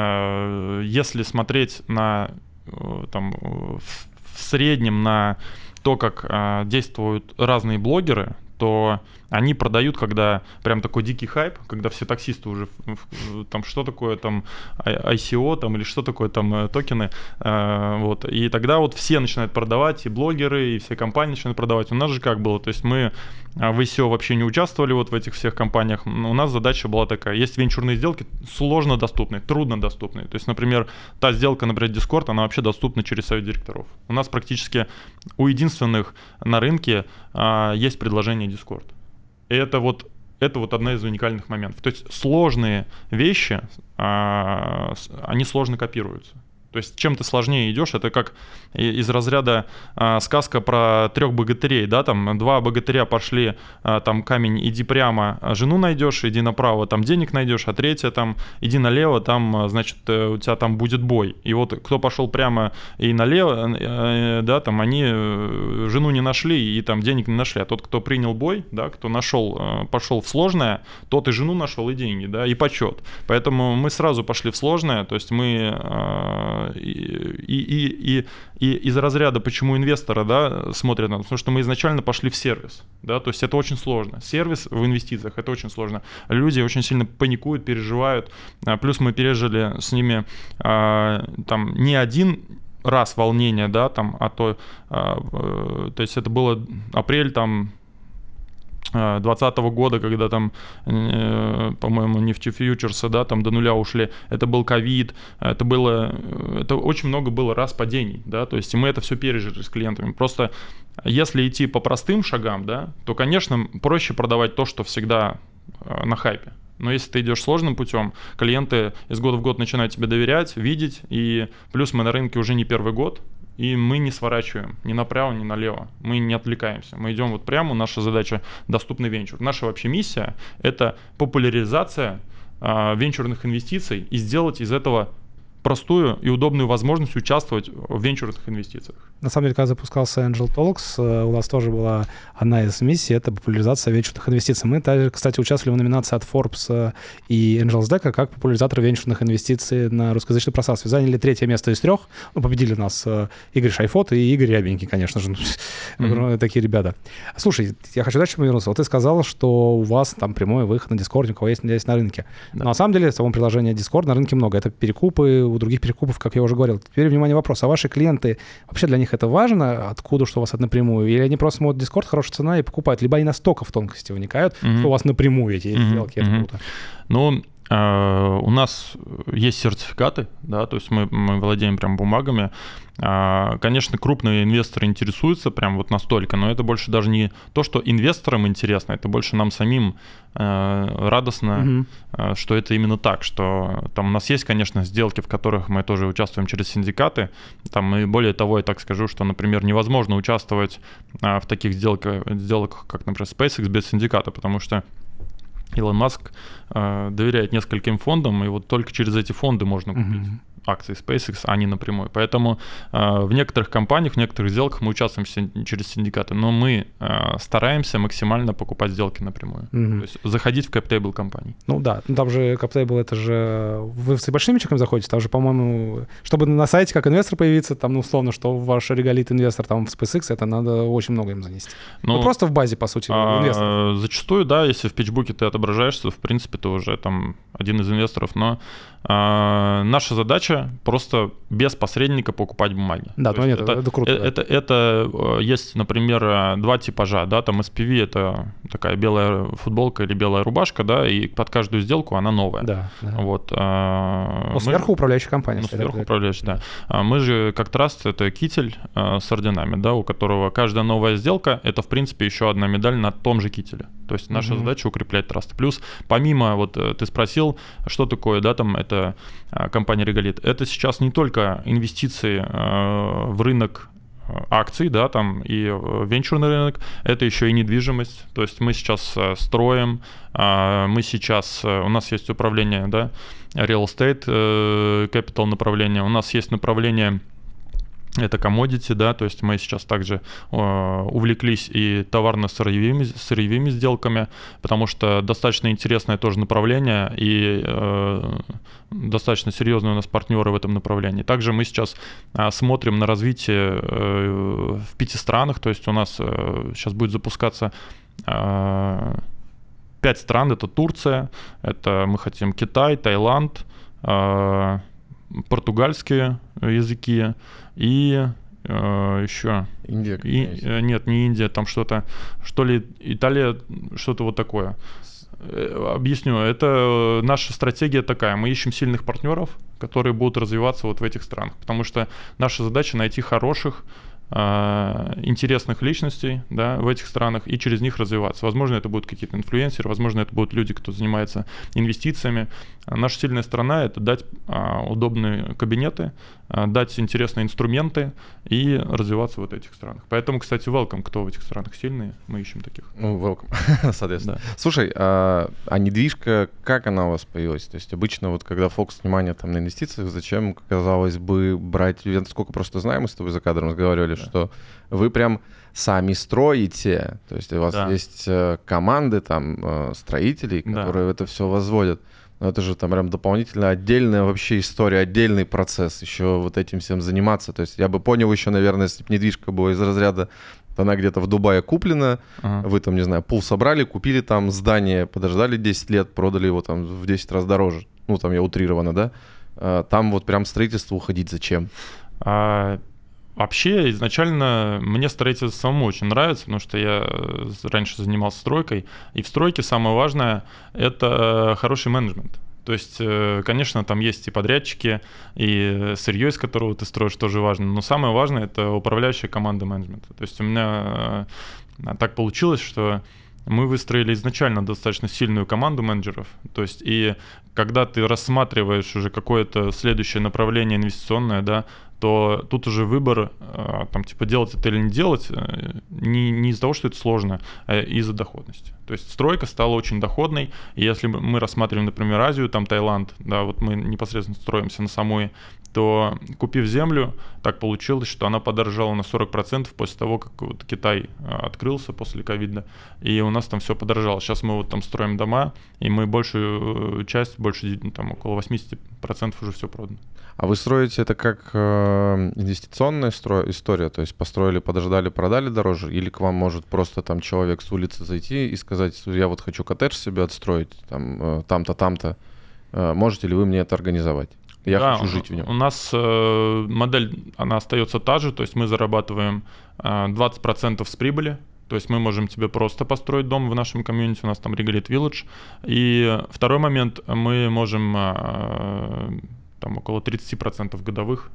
если смотреть на, там, в среднем на то, как действуют разные блогеры, то они продают, когда прям такой дикий хайп, когда все таксисты уже там что такое там ICO там или что такое там токены, вот, и тогда вот все начинают продавать, и блогеры, и все компании начинают продавать. У нас же как было, то есть мы в ICO вообще не участвовали вот в этих всех компаниях, но у нас задача была такая: есть венчурные сделки сложно доступные, трудно доступные, то есть, например, та сделка, например, Discord, она вообще доступна через совет директоров. У нас практически у единственных на рынке есть предложение Discord. И это вот одна из уникальных моментов. То есть сложные вещи, они сложно копируются. То есть чем ты сложнее идешь, это как из разряда сказка про 3 богатырей, да, там 2 богатыря пошли, там камень, иди прямо, жену найдешь, иди направо, там денег найдешь, а 3 там иди налево, там, значит, у тебя там будет бой. И вот кто пошел прямо и налево, да, там они жену не нашли и там денег не нашли, а тот, кто принял бой, да, кто пошел в сложное, тот и жену нашел, и деньги, да, и почет. Поэтому мы сразу пошли в сложное, то есть мы и из разряда, почему инвесторы, да, смотрят на нас, потому что мы изначально пошли в сервис, да, то есть это очень сложно. Сервис в инвестициях — это очень сложно. Люди очень сильно паникуют, переживают. Плюс мы пережили с ними там не один раз волнение, да, там, то есть это было апрель там 2020 года, когда там, по-моему, нефтефьючерсы, да, там до нуля ушли, это был ковид, это очень много было раз падений, да, то есть и мы это все пережили с клиентами. Просто если идти по простым шагам, да, то, конечно, проще продавать то, что всегда на хайпе. Но если ты идешь сложным путем, клиенты из года в год начинают тебе доверять, видеть, и плюс мы на рынке уже не первый год, и мы не сворачиваем ни направо, ни налево. Мы не отвлекаемся. Мы идем вот прямо. Наша задача — доступный венчур. Наша вообще миссия — это популяризация венчурных инвестиций и сделать из этого простую и удобную возможность участвовать в венчурных инвестициях. На самом деле, когда запускался Angel Talks, у нас тоже была одна из миссий — это популяризация венчурных инвестиций. Мы также, кстати, участвовали в номинации от Forbes и Angels Deck как популяризаторы венчурных инвестиций на русскоязычном пространстве. Заняли 3-е место из 3. Ну, победили нас Игорь Шайфот и Игорь Рябенький, конечно же. Такие ребята. Слушай, я хочу дальше повернуться. Вот ты сказал, что у вас там прямой выход на Discord, у кого есть на рынке. Но на самом деле, в самом приложении Discord на рынке много. Это перекупы, у других перекупов, как я уже говорил. Теперь, внимание, вопрос. А ваши клиенты, вообще для них это важно, откуда, что у вас это напрямую? Или они просто смотрят Discord, хорошая цена, и покупают? Либо они настолько в тонкости вникают, что у вас напрямую эти сделки, это круто. Ну, у нас есть сертификаты, да, то есть мы владеем прям бумагами. Конечно, крупные инвесторы интересуются прям вот настолько, но это больше даже не то, что инвесторам интересно, это больше нам самим радостно, что это именно так, что там у нас есть, конечно, сделки, в которых мы тоже участвуем через синдикаты, там, и более того, я так скажу, что, например, невозможно участвовать в таких сделках, как, например, SpaceX без синдиката, потому что Илон Маск доверяет нескольким фондам, и вот только через эти фонды можно купить акции SpaceX, а не напрямую. Поэтому в некоторых компаниях, в некоторых сделках мы участвуем через синдикаты, но мы стараемся максимально покупать сделки напрямую. То есть заходить в cap-table компаний. Ну да, там же cap-table, это же... Вы с большими чеками заходите? Там же, по-моему, чтобы на сайте как инвестор появиться, там, ну, условно, что ваш реголит-инвестор там в SpaceX, это надо очень много им занести. Ну, просто в базе, по сути, инвестор. Зачастую, да, если в питчбуке ты отображаешься, в принципе, ты уже там один из инвесторов, но наша задача просто без посредника покупать бумаги. Да, то нет, это круто. Это есть, например, 2 типажа, да, там SPV — это такая белая футболка или белая рубашка, да, и под каждую сделку она новая. Да. Вот. Сверху управляющая компания. Сверху управляющая, да. Мы же как Траст — это китель с орденами, да, у которого каждая новая сделка — это, в принципе, еще одна медаль на том же кителе. То есть наша задача — укреплять Траст. Плюс, помимо, вот ты спросил, что такое, да, там, это компания Реголит. Это сейчас не только инвестиции в рынок акций, да, там, и венчурный рынок, это еще и недвижимость. То есть мы сейчас строим, у нас есть управление, да, real estate capital направление, у нас есть направление, это commodity, да, то есть мы сейчас также увлеклись и товарно-сырьевыми сделками, потому что достаточно интересное тоже направление, и достаточно серьезные у нас партнеры в этом направлении. Также мы сейчас смотрим на развитие в 5 странах, то есть у нас сейчас будет запускаться 5 стран, это Турция, это мы хотим Китай, Таиланд, португальские языки и еще... Индия. Нет, не Индия, там что-то, что ли, Италия, что-то вот такое. Объясню, это наша стратегия такая, мы ищем сильных партнеров, которые будут развиваться вот в этих странах, потому что наша задача найти хороших интересных личностей, да, в этих странах и через них развиваться. Возможно, это будут какие-то инфлюенсеры, возможно, это будут люди, кто занимается инвестициями. Наша сильная сторона — это дать удобные кабинеты, дать интересные инструменты и развиваться в этих странах. Поэтому, кстати, welcome, кто в этих странах сильные, мы ищем таких. Ну, welcome, соответственно. Да. Слушай, а недвижка, как она у вас появилась? То есть обычно вот когда фокус внимания там на инвестициях, зачем, казалось бы, брать... Сколько просто знаем, мы с тобой за кадром разговаривали, что вы прям сами строите. То есть у вас есть команды там строителей, которые это все возводят. Но это же там прям дополнительно отдельная вообще история, отдельный процесс еще вот этим всем заниматься. То есть я бы понял еще, наверное, если бы недвижка была из разряда, она где-то в Дубае куплена, вы там, не знаю, пул собрали, купили там здание, подождали 10 лет, продали его там в 10 раз дороже. Ну, там я утрированно, да? Там вот прям строительство уходить зачем? Вообще, изначально мне строительство самому очень нравится, потому что я раньше занимался стройкой, и в стройке самое важное — это хороший менеджмент. То есть, конечно, там есть и подрядчики, и сырье, из которого ты строишь, тоже важно, но самое важное — это управляющая команда менеджмента. То есть у меня так получилось, что мы выстроили изначально достаточно сильную команду менеджеров. То есть, и когда ты рассматриваешь уже какое-то следующее направление инвестиционное, да, то тут уже выбор, там, типа, делать это или не делать, не из-за того, что это сложно, а из-за доходности. То есть стройка стала очень доходной, и если мы рассматриваем, например, Азию, там Таиланд, да, вот мы непосредственно строимся на Самуи, то, купив землю, так получилось, что она подорожала на 40% после того, как вот Китай открылся после ковида, и у нас там все подорожало. Сейчас мы вот там строим дома, и мы большую часть, больше, там, около 80% уже все продано. А вы строите это как инвестиционная история? То есть построили, подождали, продали дороже? Или к вам может просто там человек с улицы зайти и сказать, я вот хочу коттедж себе отстроить, там, там-то, там-то. Можете ли вы мне это организовать? Я хочу жить в нем. У нас модель, она остается та же, то есть мы зарабатываем 20% с прибыли. То есть мы можем тебе просто построить дом в нашем комьюнити, у нас там Regalite Village. И второй момент, мы можем там около 30% годовых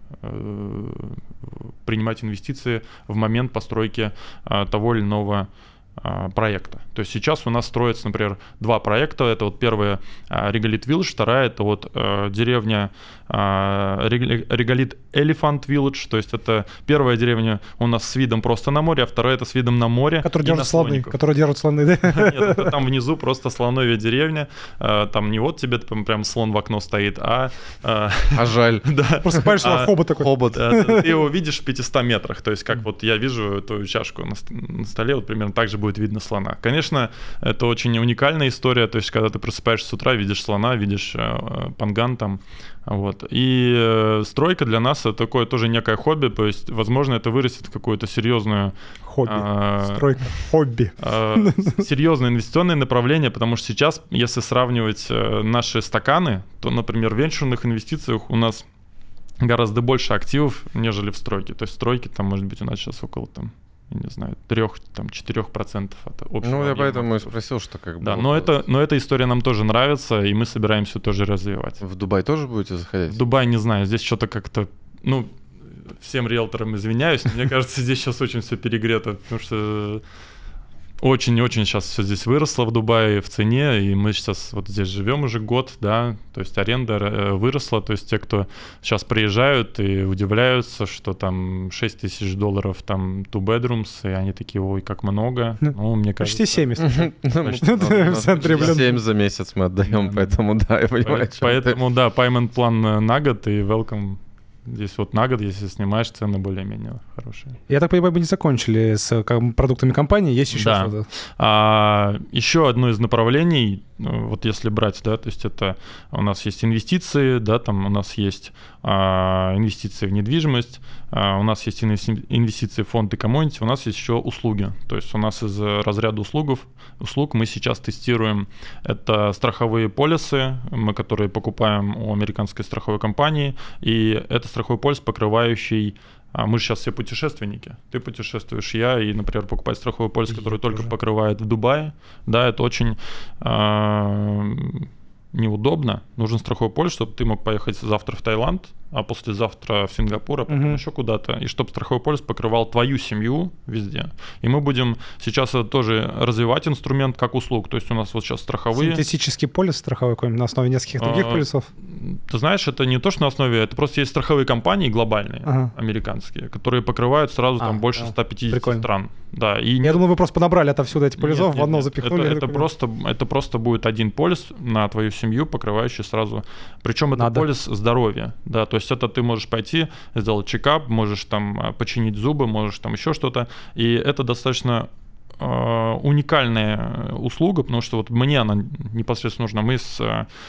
принимать инвестиции в момент постройки того или иного проекта. То есть сейчас у нас строится, например, 2 проекта. Это вот первая Regalite Village, вторая — это вот деревня Regalite Elephant Village. То есть это первая деревня у нас с видом просто на море, а вторая — это с видом на море. Которые держат слоны, да? Нет, это там внизу просто слоновья деревня. Там не вот тебе прям слон в окно стоит, а жаль. Да. Просто понимаешь, что хобот такой. Хобот. Ты его видишь в 500 метрах. То есть как вот я вижу эту чашку на столе, вот примерно так же будет видно слона. Конечно, это очень уникальная история. То есть когда ты просыпаешься с утра, видишь слона, видишь панган там. Вот. И стройка для нас — это такое тоже некое хобби, то есть, возможно, это вырастет в какую-то серьезную... Хобби. Стройка. Хобби. Серьезное инвестиционное направление, потому что сейчас, если сравнивать наши стаканы, то, например, в венчурных инвестициях у нас гораздо больше активов, нежели в стройке. То есть в стройке там, может быть, у нас сейчас около там, я не знаю, 3-4% от общего. Ну, я поэтому и активов. спросил, что как бы... Да, но эта история нам тоже нравится, и мы собираемся тоже развивать. В Дубай тоже будете заходить? В Дубай, не знаю, здесь что-то как-то, ну, всем риэлторам извиняюсь, но мне кажется, здесь сейчас очень все перегрето, потому что очень-очень сейчас все здесь выросло в Дубае в цене, и мы сейчас вот здесь живем уже год, да, то есть аренда выросла, то есть те, кто сейчас приезжают и удивляются, что там $6000 там two bedrooms, и они такие, ой, как много, ну, мне кажется... Почти 70. Почти 7 за месяц мы отдаем, поэтому да, я понимаю. Поэтому, да, payment план на год и welcome. Здесь вот на год, если снимаешь, цены более-менее хорошие. Я так понимаю, вы не закончили с продуктами компании, есть еще что-то? Еще одно из направлений, вот если брать, да, то есть это у нас есть инвестиции, да, там у нас есть инвестиции в недвижимость, у нас есть инвестиции в фонды комьюнити, у нас есть еще услуги. То есть у нас из разряда услуг мы сейчас тестируем, это страховые полисы, которые покупаем у американской страховой компании, и это страховой полис, покрывающий... Мы же сейчас все путешественники. Ты путешествуешь, я, и, например, покупать страховой полис, который только покрывает в Дубае. Да, это очень неудобно, нужен страховой полис, чтобы ты мог поехать завтра в Таиланд, а послезавтра в Сингапур, а потом еще куда-то, и чтобы страховой полис покрывал твою семью везде. И мы будем сейчас тоже развивать инструмент как услуг, то есть у нас вот сейчас страховые... Синтетический полис страховой какой-нибудь на основе нескольких других полисов? Ты знаешь, это не то, что на основе, это просто есть страховые компании глобальные, американские, которые покрывают сразу там больше 150 стран. Да, и я думаю, вы просто понабрали отовсюду эти полисов, в одно запихнули. Это просто будет один полис на твою семью, покрывающий сразу. Причем это полис здоровья, да, то есть это ты можешь пойти, сделать чекап, можешь там починить зубы, можешь там еще что-то, и это достаточно уникальная услуга, потому что вот мне она непосредственно нужна. Мы с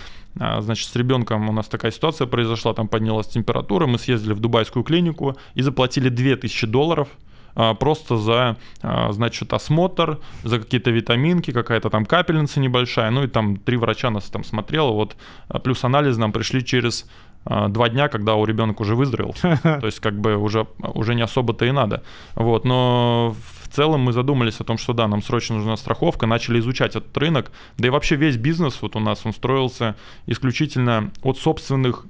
ребенком, у нас такая ситуация произошла, там поднялась температура, мы съездили в дубайскую клинику и заплатили $2000 просто за, значит, осмотр, за какие-то витаминки, какая-то там капельница небольшая, ну и там 3 врача нас там смотрело, вот, плюс анализы нам пришли через 2 дня, когда у ребенка уже выздоровел, то есть как бы уже не особо-то и надо, вот, но в целом мы задумались о том, что да, нам срочно нужна страховка, начали изучать этот рынок, да и вообще весь бизнес вот у нас, он строился исключительно от собственных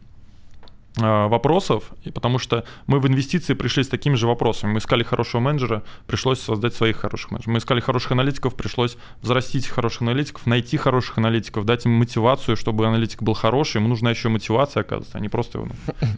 вопросов, потому что мы в инвестиции пришли с такими же вопросами. Мы искали хорошего менеджера, пришлось создать своих хороших менеджеров. Мы искали хороших аналитиков, пришлось взрастить хороших аналитиков, найти хороших аналитиков, дать им мотивацию, чтобы аналитик был хороший. Ему нужна еще мотивация, оказывается, а не просто его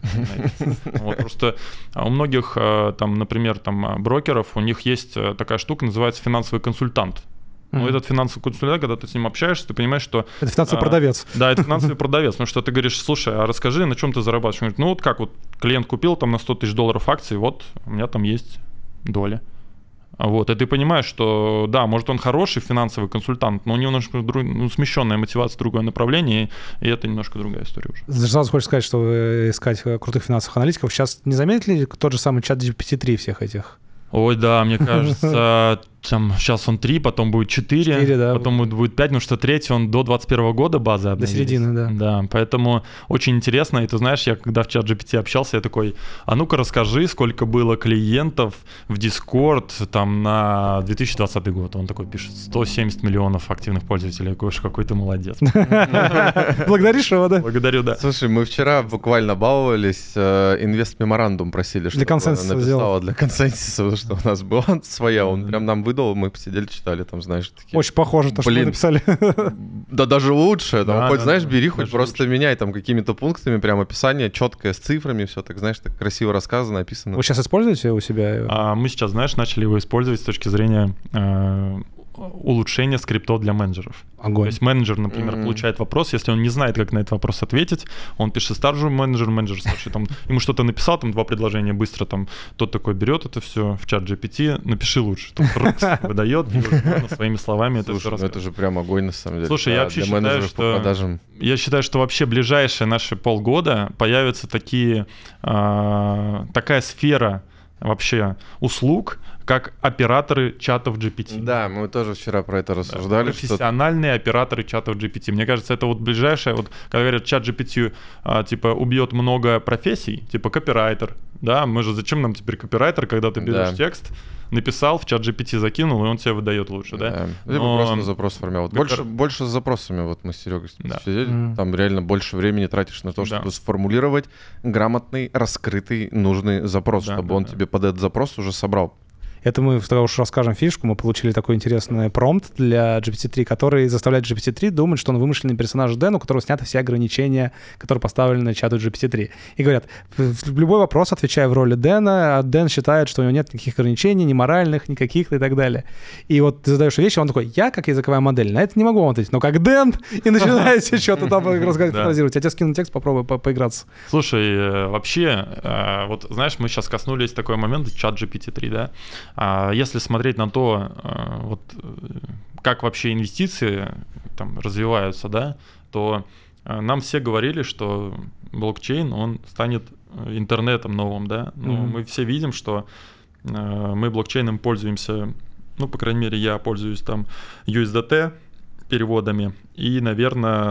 найти. Просто у многих, там, например, там, брокеров, у них есть такая штука, называется финансовый консультант. Ну, этот финансовый консультант, когда ты с ним общаешься, ты понимаешь, что... Это финансовый продавец. Да, это финансовый продавец. Потому что ты говоришь, слушай, а расскажи, на чем ты зарабатываешь? Он говорит, ну вот как, вот клиент купил там на $100 000 акций, вот у меня там есть доля. Вот, и ты понимаешь, что да, может он хороший финансовый консультант, но у него немножко смещенная мотивация, другое направление, и это немножко другая история уже. Сразу хочешь сказать, что искать крутых финансовых аналитиков. Сейчас не заметили ли тот же самый чат GPT-3 всех этих? Ой, да, мне кажется, там сейчас он 3, потом будет 4 да, потом будет 5, потому что 3 он до 2021 года база обновились. До середины, да. Да, поэтому очень интересно. И ты знаешь, я когда в чат GPT общался, я такой, а ну-ка расскажи, сколько было клиентов в Discord там на 2020 год. Он такой пишет, 170 миллионов активных пользователей. Я говорю, какой ты молодец. Благодаришь его, да? Благодарю, да. Слушай, мы вчера буквально баловались, инвест-меморандум просили, чтобы написала для консенсуса, потому что у нас была своя, он прям нам выдал, мы посидели, читали, там, знаешь, такие... Очень похоже, то, что мы написали. Да даже лучше, там, хоть, знаешь, бери, хоть просто лучше. Меняй там какими-то пунктами, прям описание четкое, с цифрами, все так, знаешь, так красиво рассказано, описано. Вы сейчас используете у себя? Мы сейчас, знаешь, начали его использовать с точки зрения улучшения скриптов для менеджеров. Огонь. То есть менеджер, например, получает вопрос, если он не знает, как на этот вопрос ответить, он пишет старшему менеджеру, менеджер старший, там, ему что-то написал, там 2 предложения быстро, там, тот такой берет это все в чат GPT, напиши лучше, там, выдает, своими словами это все рассказывает. Это же прям огонь, на самом деле. Слушай, я вообще считаю, что вообще ближайшие наши полгода появятся такая сфера вообще услуг, как операторы чатов GPT. Да, мы тоже вчера про это рассуждали. Профессиональные операторы чатов GPT. Мне кажется, это вот ближайшее, вот когда говорят, чат GPT типа убьет много профессий, типа копирайтер, да, мы же зачем нам теперь копирайтер, когда ты берешь текст, написал, в чат GPT закинул, и он тебе выдает лучше, да? Либо просто запрос формировал. Больше с запросами, вот мы с Серегой сидели, там реально больше времени тратишь на то, чтобы сформулировать грамотный, раскрытый, нужный запрос, чтобы он тебе под этот запрос уже собрал. Это мы уж расскажем фишку. Мы получили такой интересный промпт для GPT-3, который заставляет GPT-3 думать, что он вымышленный персонаж Дэн, у которого сняты все ограничения, которые поставлены чату GPT-3. И говорят, в любой вопрос отвечай в роли Дэна, а Дэн считает, что у него нет никаких ограничений, ни моральных, ни каких-то и так далее. И вот ты задаешь вещи, он такой, я как языковая модель, на это не могу вам ответить, но как Дэн, и начинаете что-то там фантазировать. Я тебе скину текст, попробуй поиграться. Слушай, вообще, вот знаешь, мы сейчас коснулись такой момента, чат GPT-3, да? Если смотреть на то, вот, как вообще инвестиции там развиваются, да, то нам все говорили, что блокчейн, он станет интернетом новым, да, но мы все видим, что мы блокчейном пользуемся, ну, по крайней мере, я пользуюсь там USDT переводами, и, наверное,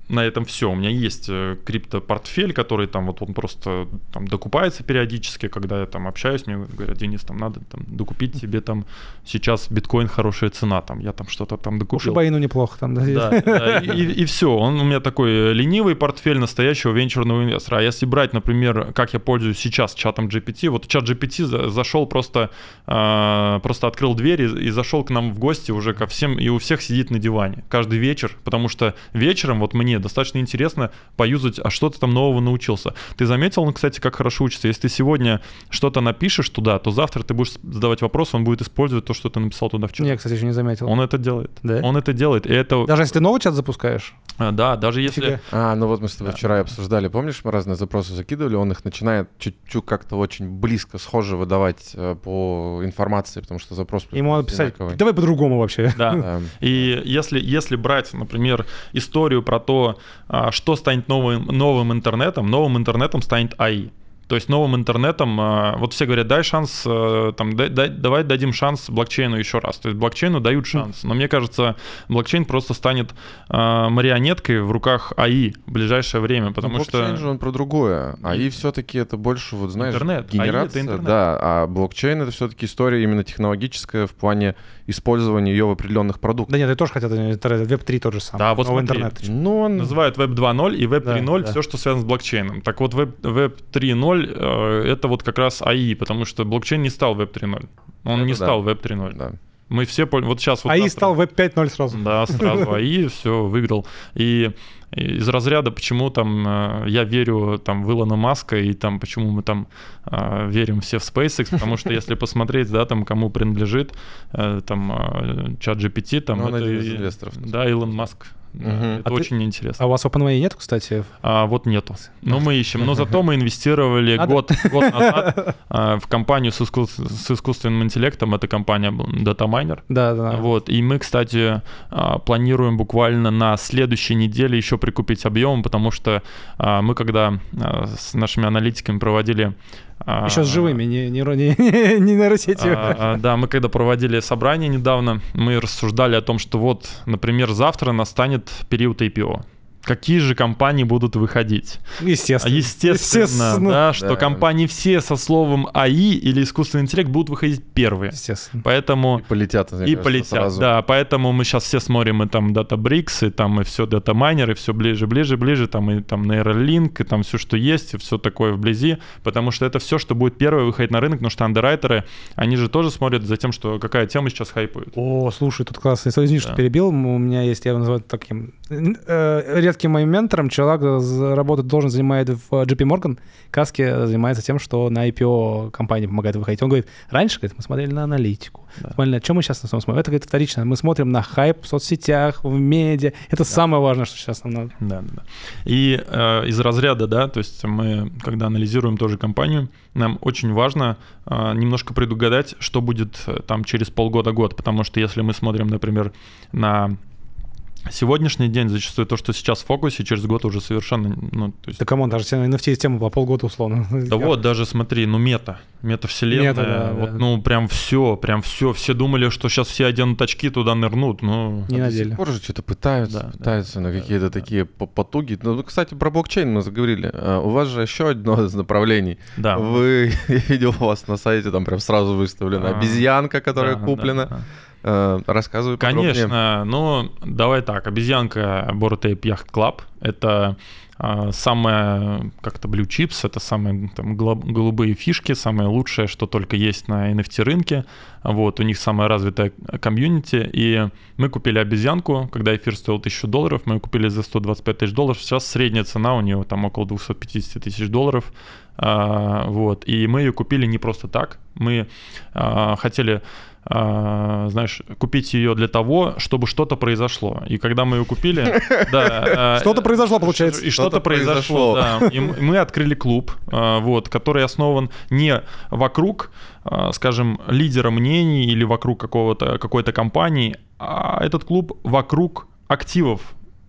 на этом все. У меня есть криптопортфель, который там вот он просто там докупается периодически, когда я там общаюсь, мне говорят: Денис, там надо там докупить тебе там сейчас биткоин хорошая цена, там я там что-то там докупил. Шибаину неплохо там. Да, и все. Он у меня такой ленивый портфель настоящего венчурного инвестора. А если брать, например, как я пользуюсь сейчас чатом GPT, вот чат GPT зашел просто открыл дверь и зашел к нам в гости уже ко всем, и у всех сидит на диване каждый вечер, потому что вечером вот мне достаточно интересно поюзать, а что ты там нового научился. Ты заметил, он, кстати, как хорошо учится? Если ты сегодня что-то напишешь туда, то завтра ты будешь задавать вопрос, он будет использовать то, что ты написал туда вчера. Я, кстати, еще не заметил. Он это делает. Да? Он это делает. И это... Даже если ты новый чат запускаешь? Да, даже если... Ну вот мы с тобой вчера обсуждали, помнишь, мы разные запросы закидывали, он их начинает чуть-чуть как-то очень близко, схоже выдавать по информации, потому что запрос... Ему надо писать, давай по-другому вообще. Да. И если брать, например, историю про то, что станет новым интернетом станет АИ. То есть новым интернетом, вот все говорят, дай шанс, давай дадим шанс блокчейну еще раз. То есть блокчейну дают шанс. Но мне кажется, блокчейн просто станет марионеткой в руках АИ в ближайшее время, потому что... Блокчейн же он про другое. АИ все-таки это больше, вот знаешь, интернет. генерация. АИ — это интернет. Да, а блокчейн это все-таки история именно технологическая в плане использования ее в определенных продуктах. Да нет, они тоже хотят Web3 тот же самый. Да, вот новый смотри. интернет. Называют Web 2.0 и Web 3.0 да. все, что связано с блокчейном. Так вот, Web 3.0 это вот как раз АИ, потому что блокчейн не стал Web 3.0. Он не стал Web 3.0. Да. Мы все вот сейчас... Вот АИ завтра... стал Web 5.0 сразу. Да, сразу АИ, все, выиграл. И из разряда, почему там я верю там в Илона Маска, и там почему мы там верим все в SpaceX, потому что если посмотреть, да, там кому принадлежит там чат GPT, там это один из инвесторов. Да, Илон Маск. Это очень интересно. А у вас OpenAI нет, кстати? Вот нету. Но мы ищем. Но зато мы инвестировали год назад в компанию с искусственным интеллектом. Это компания Dataminer. Да. Вот. И мы, кстати, планируем буквально на следующей неделе еще прикупить объем, потому что мы когда с нашими аналитиками проводили... Еще с живыми, не нейросетью. Да, мы когда проводили собрание недавно, мы рассуждали о том, что вот, например, завтра настанет период IPO. Какие же компании будут выходить? Естественно, да, что компании все со словом АИ или искусственный интеллект будут выходить первые. Естественно. И Поэтому... полетят, мне кажется, сразу. Да, поэтому мы сейчас все смотрим и там Databricks, и там и все Dataminer, и все ближе, там и там Neuralink, и там все, что есть, и все такое вблизи, потому что это все, что будет первое выходить на рынок, потому что андеррайтеры, они же тоже смотрят за тем, что какая тема сейчас хайпует. О, слушай, тут классно. Извини, что перебил. У меня есть, я его называю таким редким моим ментором, человек должен занимает в JP Morgan, Каске занимается тем, что на IPO компании помогает выходить. Он говорит, раньше, говорит, мы смотрели на аналитику. Смотрели, на чем мы сейчас на самом смотрим. Это, говорит, вторично. Мы смотрим на хайп в соцсетях, в медиа. Это самое важное, что сейчас нам надо. Да. И из разряда, да, то есть мы, когда анализируем тоже компанию, нам очень важно немножко предугадать, что будет там через полгода-год, потому что если мы смотрим, например, на сегодняшний день, зачастую то, что сейчас в фокусе, через год уже совершенно... Ну, то есть... Да камон, даже NFT-тема была полгода условно. Да вот, даже смотри, метавселенная, да, вот, ну прям все, все думали, что сейчас все оденут очки, туда нырнут, но... Не до сих пор же что-то пытаются на какие-то такие потуги. Ну, кстати, про блокчейн мы заговорили. У вас же еще одно из направлений. Да. Я видел у вас на сайте, там прям сразу выставлена обезьянка, которая куплена. Рассказывай подробнее. Конечно, но давай так. Обезьянка Bored Ape Yacht Club — это самое как-то blue chips, это самые там голубые фишки, самое лучшее, что только есть на NFT рынке. Вот, у них самая развитая комьюнити, и мы купили обезьянку, когда эфир стоил $1000, мы ее купили за $125 000. Сейчас средняя цена у нее там около $250 000. Вот, и мы ее купили не просто так. Мы хотели, знаешь, купить ее для того, чтобы что-то произошло. И когда мы ее купили... Что-то произошло, получается. И что-то произошло, да. И мы открыли клуб, вот, который основан не вокруг, скажем, лидера мнений или вокруг какой-то компании, а этот клуб вокруг активов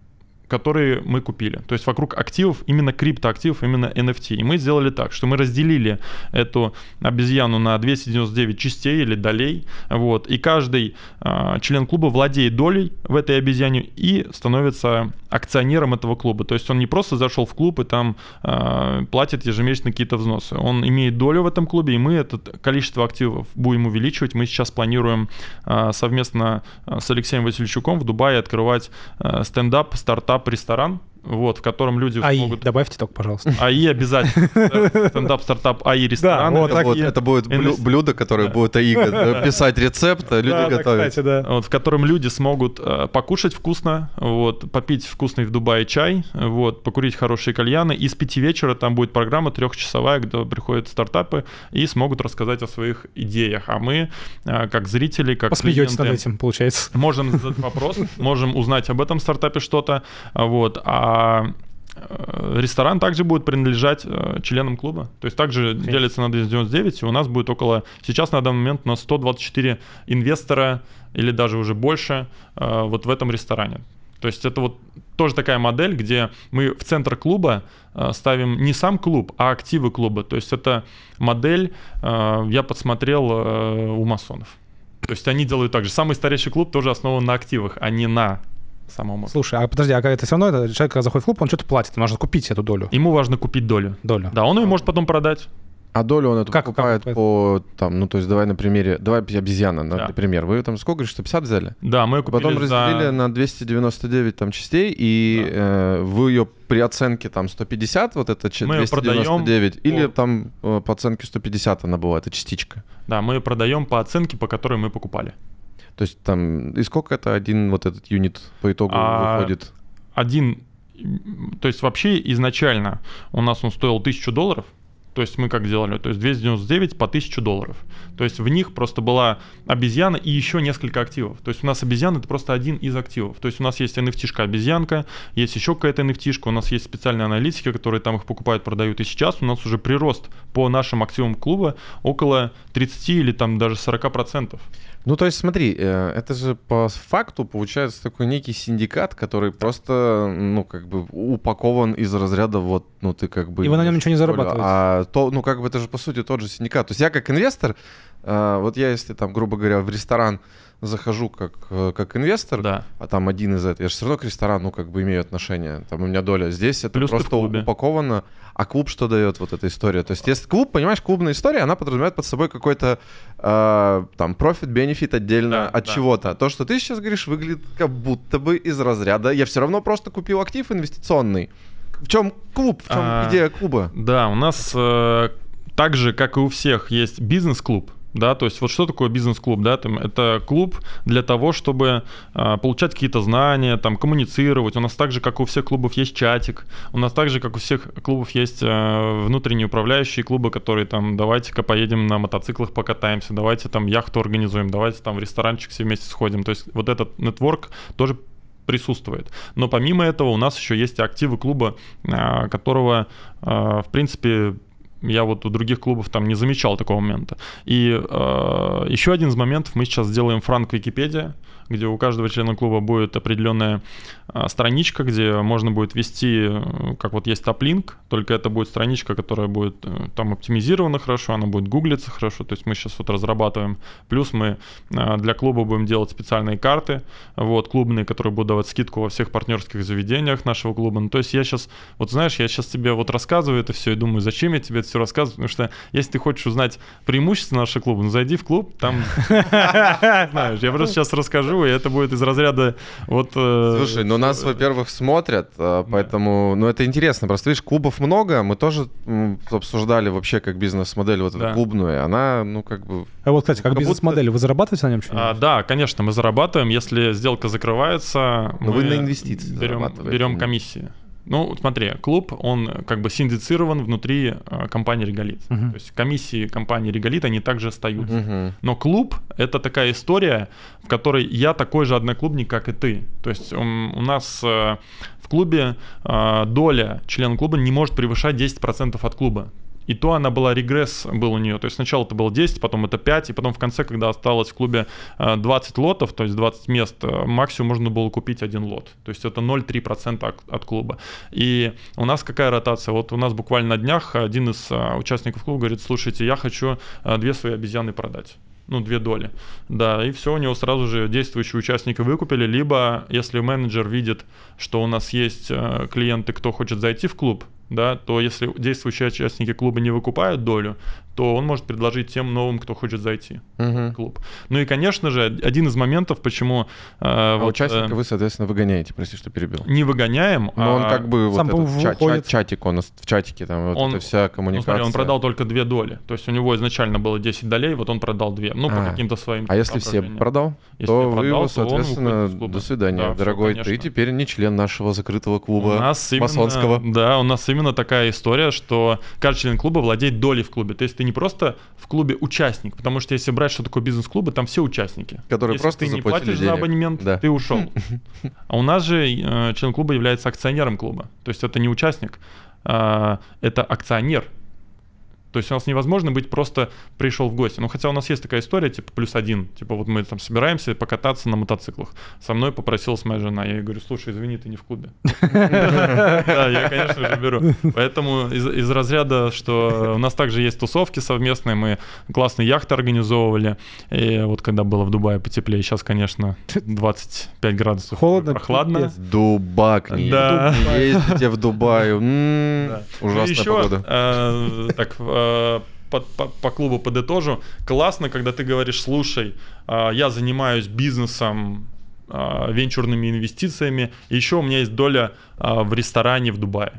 которые мы купили. То есть вокруг активов, именно криптоактивов, именно NFT. И мы сделали так, что мы разделили эту обезьяну на 299 частей или долей. Вот, и каждый член клуба владеет долей в этой обезьяне и становится акционером этого клуба. То есть он не просто зашел в клуб и там платит ежемесячно какие-то взносы. Он имеет долю в этом клубе, и мы это количество активов будем увеличивать. Мы сейчас планируем совместно с Алексеем Васильчуком в Дубае открывать стендап, стартап, ресторан, вот, в котором люди АИ, смогут... добавьте только, пожалуйста. АИ обязательно. Стендап, стартап, АИ, ресторан. Да, вот так Это будет блюдо, которое будет АИ писать рецепт, а люди готовить. Вот, в котором люди смогут покушать вкусно, вот, попить вкусный в Дубае чай, вот, покурить хорошие кальяны. И с 5 вечера там будет программа 3-часовая, где приходят стартапы и смогут рассказать о своих идеях. А мы, как зрители, как посмеетесь клиенты, над этим, получается. можем задать вопрос, можем узнать об этом стартапе что-то, вот, а ресторан также будет принадлежать членам клуба. То есть также делится на 299, и у нас будет около... Сейчас на данный момент у нас 124 инвестора или даже уже больше вот в этом ресторане. То есть это вот тоже такая модель, где мы в центр клуба ставим не сам клуб, а активы клуба. То есть это модель, я подсмотрел у масонов. То есть они делают так же. Самый старейший клуб тоже основан на активах, а не на самому. Слушай, а подожди, а это все равно человек, когда заходит в клуб, он что-то платит, можно купить эту долю. Ему важно купить долю. Да, он ее может потом продать. А долю он эту покупает как? по, там, ну, то есть давай на примере, давай обезьяна, например. Вы там сколько, говоришь, 150 взяли? Да, мы ее купили. Потом разделили на 299 там частей, и вы ее при оценке там 150, вот это 299, или там по оценке 150 она была, эта частичка? Да, мы ее продаем по оценке, по которой мы покупали. То есть там, и сколько это один вот этот юнит по итогу выходит? То есть вообще изначально у нас он стоил $1000, то есть мы как делали, то есть 299 по $1000. То есть в них просто была обезьяна и еще несколько активов. То есть у нас обезьяна — это просто один из активов. То есть у нас есть NFT-шка обезьянка, есть еще какая-то NFT-шка, у нас есть специальные аналитики, которые там их покупают, продают. И сейчас у нас уже прирост по нашим активам клуба около 30 или там даже 40%. Ну, то есть, смотри, это же по факту получается такой некий синдикат, который просто, ну, как бы упакован из разряда вот, ну, ты как бы... И вы на нем ничего не зарабатываете. А то, ну, как бы это же, по сути, тот же синдикат. То есть я как инвестор, вот я, если там, грубо говоря, в ресторан захожу как инвестор, да, а там один из этого, я же все равно к ресторану, ну, как бы имею отношение, там у меня доля. Здесь это плюс просто упаковано. А клуб что дает вот эта история? То есть если клуб, понимаешь, клубная история, она подразумевает под собой какой-то там профит-бенефит отдельно от чего-то. То, что ты сейчас говоришь, выглядит как будто бы из разряда я все равно просто купил актив инвестиционный. В чем клуб? В чем идея клуба? Да, у нас так же, как и у всех, есть бизнес-клуб. Да, то есть вот что такое бизнес-клуб, да, там, это клуб для того, чтобы получать какие-то знания, там, коммуницировать. У нас так же, как у всех клубов, есть чатик, у нас так же, как у всех клубов, есть внутренние управляющие клубы, которые там, давайте-ка поедем на мотоциклах покатаемся, давайте там яхту организуем, давайте там в ресторанчик все вместе сходим. То есть вот этот нетворк тоже присутствует. Но помимо этого у нас еще есть активы клуба, которого, в принципе, я вот у других клубов там не замечал такого момента. И еще один из моментов, мы сейчас сделаем Франк Википедия, где у каждого члена клуба будет определенная страничка, где можно будет ввести, как вот есть топ-линк, только это будет страничка, которая будет там оптимизирована хорошо, она будет гуглиться хорошо, то есть мы сейчас вот разрабатываем. Плюс мы для клуба будем делать специальные карты, вот, клубные, которые будут давать скидку во всех партнерских заведениях нашего клуба. Ну, то есть я сейчас, вот знаешь, я сейчас тебе вот рассказываю это все и думаю, зачем я тебе это все рассказываю, потому что если ты хочешь узнать преимущества нашего клуба, ну, зайди в клуб, там, знаешь, я просто сейчас расскажу, и это будет из разряда вот... Слушай, ну нас, во-первых, смотрят, поэтому, ну это интересно, просто видишь, клубов много, мы тоже обсуждали вообще как бизнес-модель вот эту клубную, она, ну как бы... А вот, кстати, как бизнес-модель, вы зарабатываете на нем что-нибудь? Да, конечно, мы зарабатываем, если сделка закрывается, но вы на инвестиции берем комиссии. Ну, смотри, клуб, он как бы синдицирован внутри компании «Реголит». То есть комиссии компании «Реголит», они также остаются. Но клуб — это такая история, в которой я такой же одноклубник, как и ты. То есть у нас в клубе доля члена клуба не может превышать 10% от клуба. И то она была, регресс был у нее. То есть сначала это было 10, потом это 5, и потом в конце, когда осталось в клубе 20 лотов, то есть 20 мест, максимум можно было купить 1 лот. То есть это 0,3% от клуба. И у нас какая ротация? Вот у нас буквально на днях один из участников клуба говорит: слушайте, я хочу 2 свои обезьяны продать. 2 доли. Да, и все, у него сразу же действующие участники выкупили. Либо, если менеджер видит, что у нас есть клиенты, кто хочет зайти в клуб, да, то если действующие участники клуба не выкупают долю, то он может предложить тем новым, кто хочет зайти в клуб. Ну и, конечно же, один из моментов, почему... участника вы, соответственно, выгоняете, прости, что перебил. Не выгоняем, но он как бы сам чатик, он в чатике, там вот эта вся коммуникация. Смотри, он продал только 2 доли. То есть у него изначально было 10 долей, вот он продал 2. По каким-то своим... А если все продал, то вы его, соответственно, до свидания, да, дорогой. Ты теперь не член нашего закрытого клуба масонского. Да, у нас именно такая история, что каждый член клуба владеет долей в клубе. То есть ты не просто в клубе участник, потому что если брать, что такое бизнес-клубы, там все участники. Которые если просто ты не платишь денег за абонемент, да. ты ушел. А у нас же член клуба является акционером клуба. То есть это не участник, это акционер. То есть у нас невозможно быть просто пришел в гости. Хотя у нас есть такая история, типа +1. Типа вот мы там собираемся покататься на мотоциклах. Со мной попросилась моя жена. Я ей говорю: слушай, извини, ты не в клубе. Да, я, конечно же, беру. Поэтому из разряда, что у нас также есть тусовки совместные, мы классные яхты организовывали. И вот когда было в Дубае потеплее, сейчас, конечно, 25 градусов. Холодно, прохладно. Дубак, не ездите в Дубай. Ужасная погода. Так, по клубу подытожу. Классно, когда ты говоришь: слушай, я занимаюсь бизнесом, венчурными инвестициями, и еще у меня есть доля в ресторане в Dubái.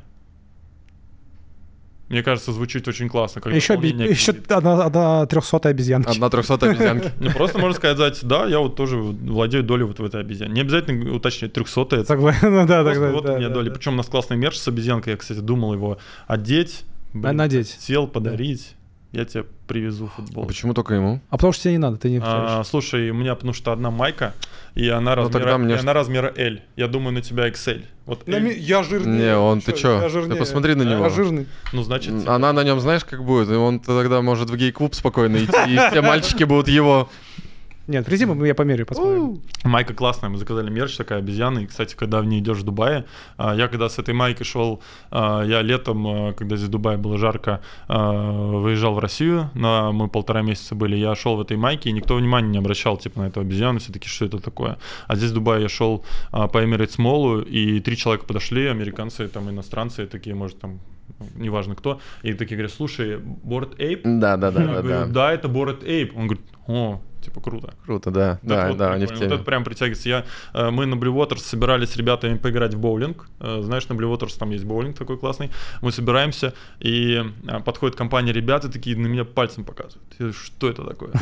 Мне кажется, звучит очень классно. Еще одна 300-я обезьянка. Одна 300-я обезьянка. Просто можно сказать: да, я вот тоже владею долей вот в этой обезьяне. Не обязательно уточнять 300-я. Согласен, да. Вот у меня доля. Причем у нас классный мерч с обезьянкой. Я, кстати, думал его одеть. Надеть. Хотел подарить. Я тебе привезу футбол. А почему только ему? А потому что тебе не надо, ты не хочешь. Слушай, у меня потому что одна майка, и она размера L. Я думаю, на тебя XL. Вот я жирный. Не, ты чё? Ты посмотри на него. Я жирный. Значит... Она на нем, знаешь, как будет? И он тогда может в гей-клуб спокойно идти, и все мальчики будут его... Нет, приди, я померяю, посмотрим. Майка классная, мы заказали мерч, такая обезьяна. И, кстати, когда в ней идешь в Дубае, я когда с этой майкой шел, я летом, когда здесь в Дубае было жарко, выезжал в Россию, мы 1,5 месяца были, я шел в этой майке, и никто внимания не обращал, типа, на эту обезьяну, все таки, что это такое. А здесь в Дубае я шел по Emirates Mall, и 3 человека подошли, американцы, там, иностранцы, такие, может, там, неважно кто, и такие говорят: слушай, Bored Ape? Да. Я говорю: да, это Bored Ape. Он говорит: типа, круто. Круто, да. Да, они в теме. Вот это прям притягивается. Мы на Blue Waters собирались с ребятами поиграть в боулинг. Знаешь, на Blue Waters там есть боулинг такой классный. Мы собираемся, и подходит компания ребят, и такие на меня пальцем показывают. Я говорю: что это такое?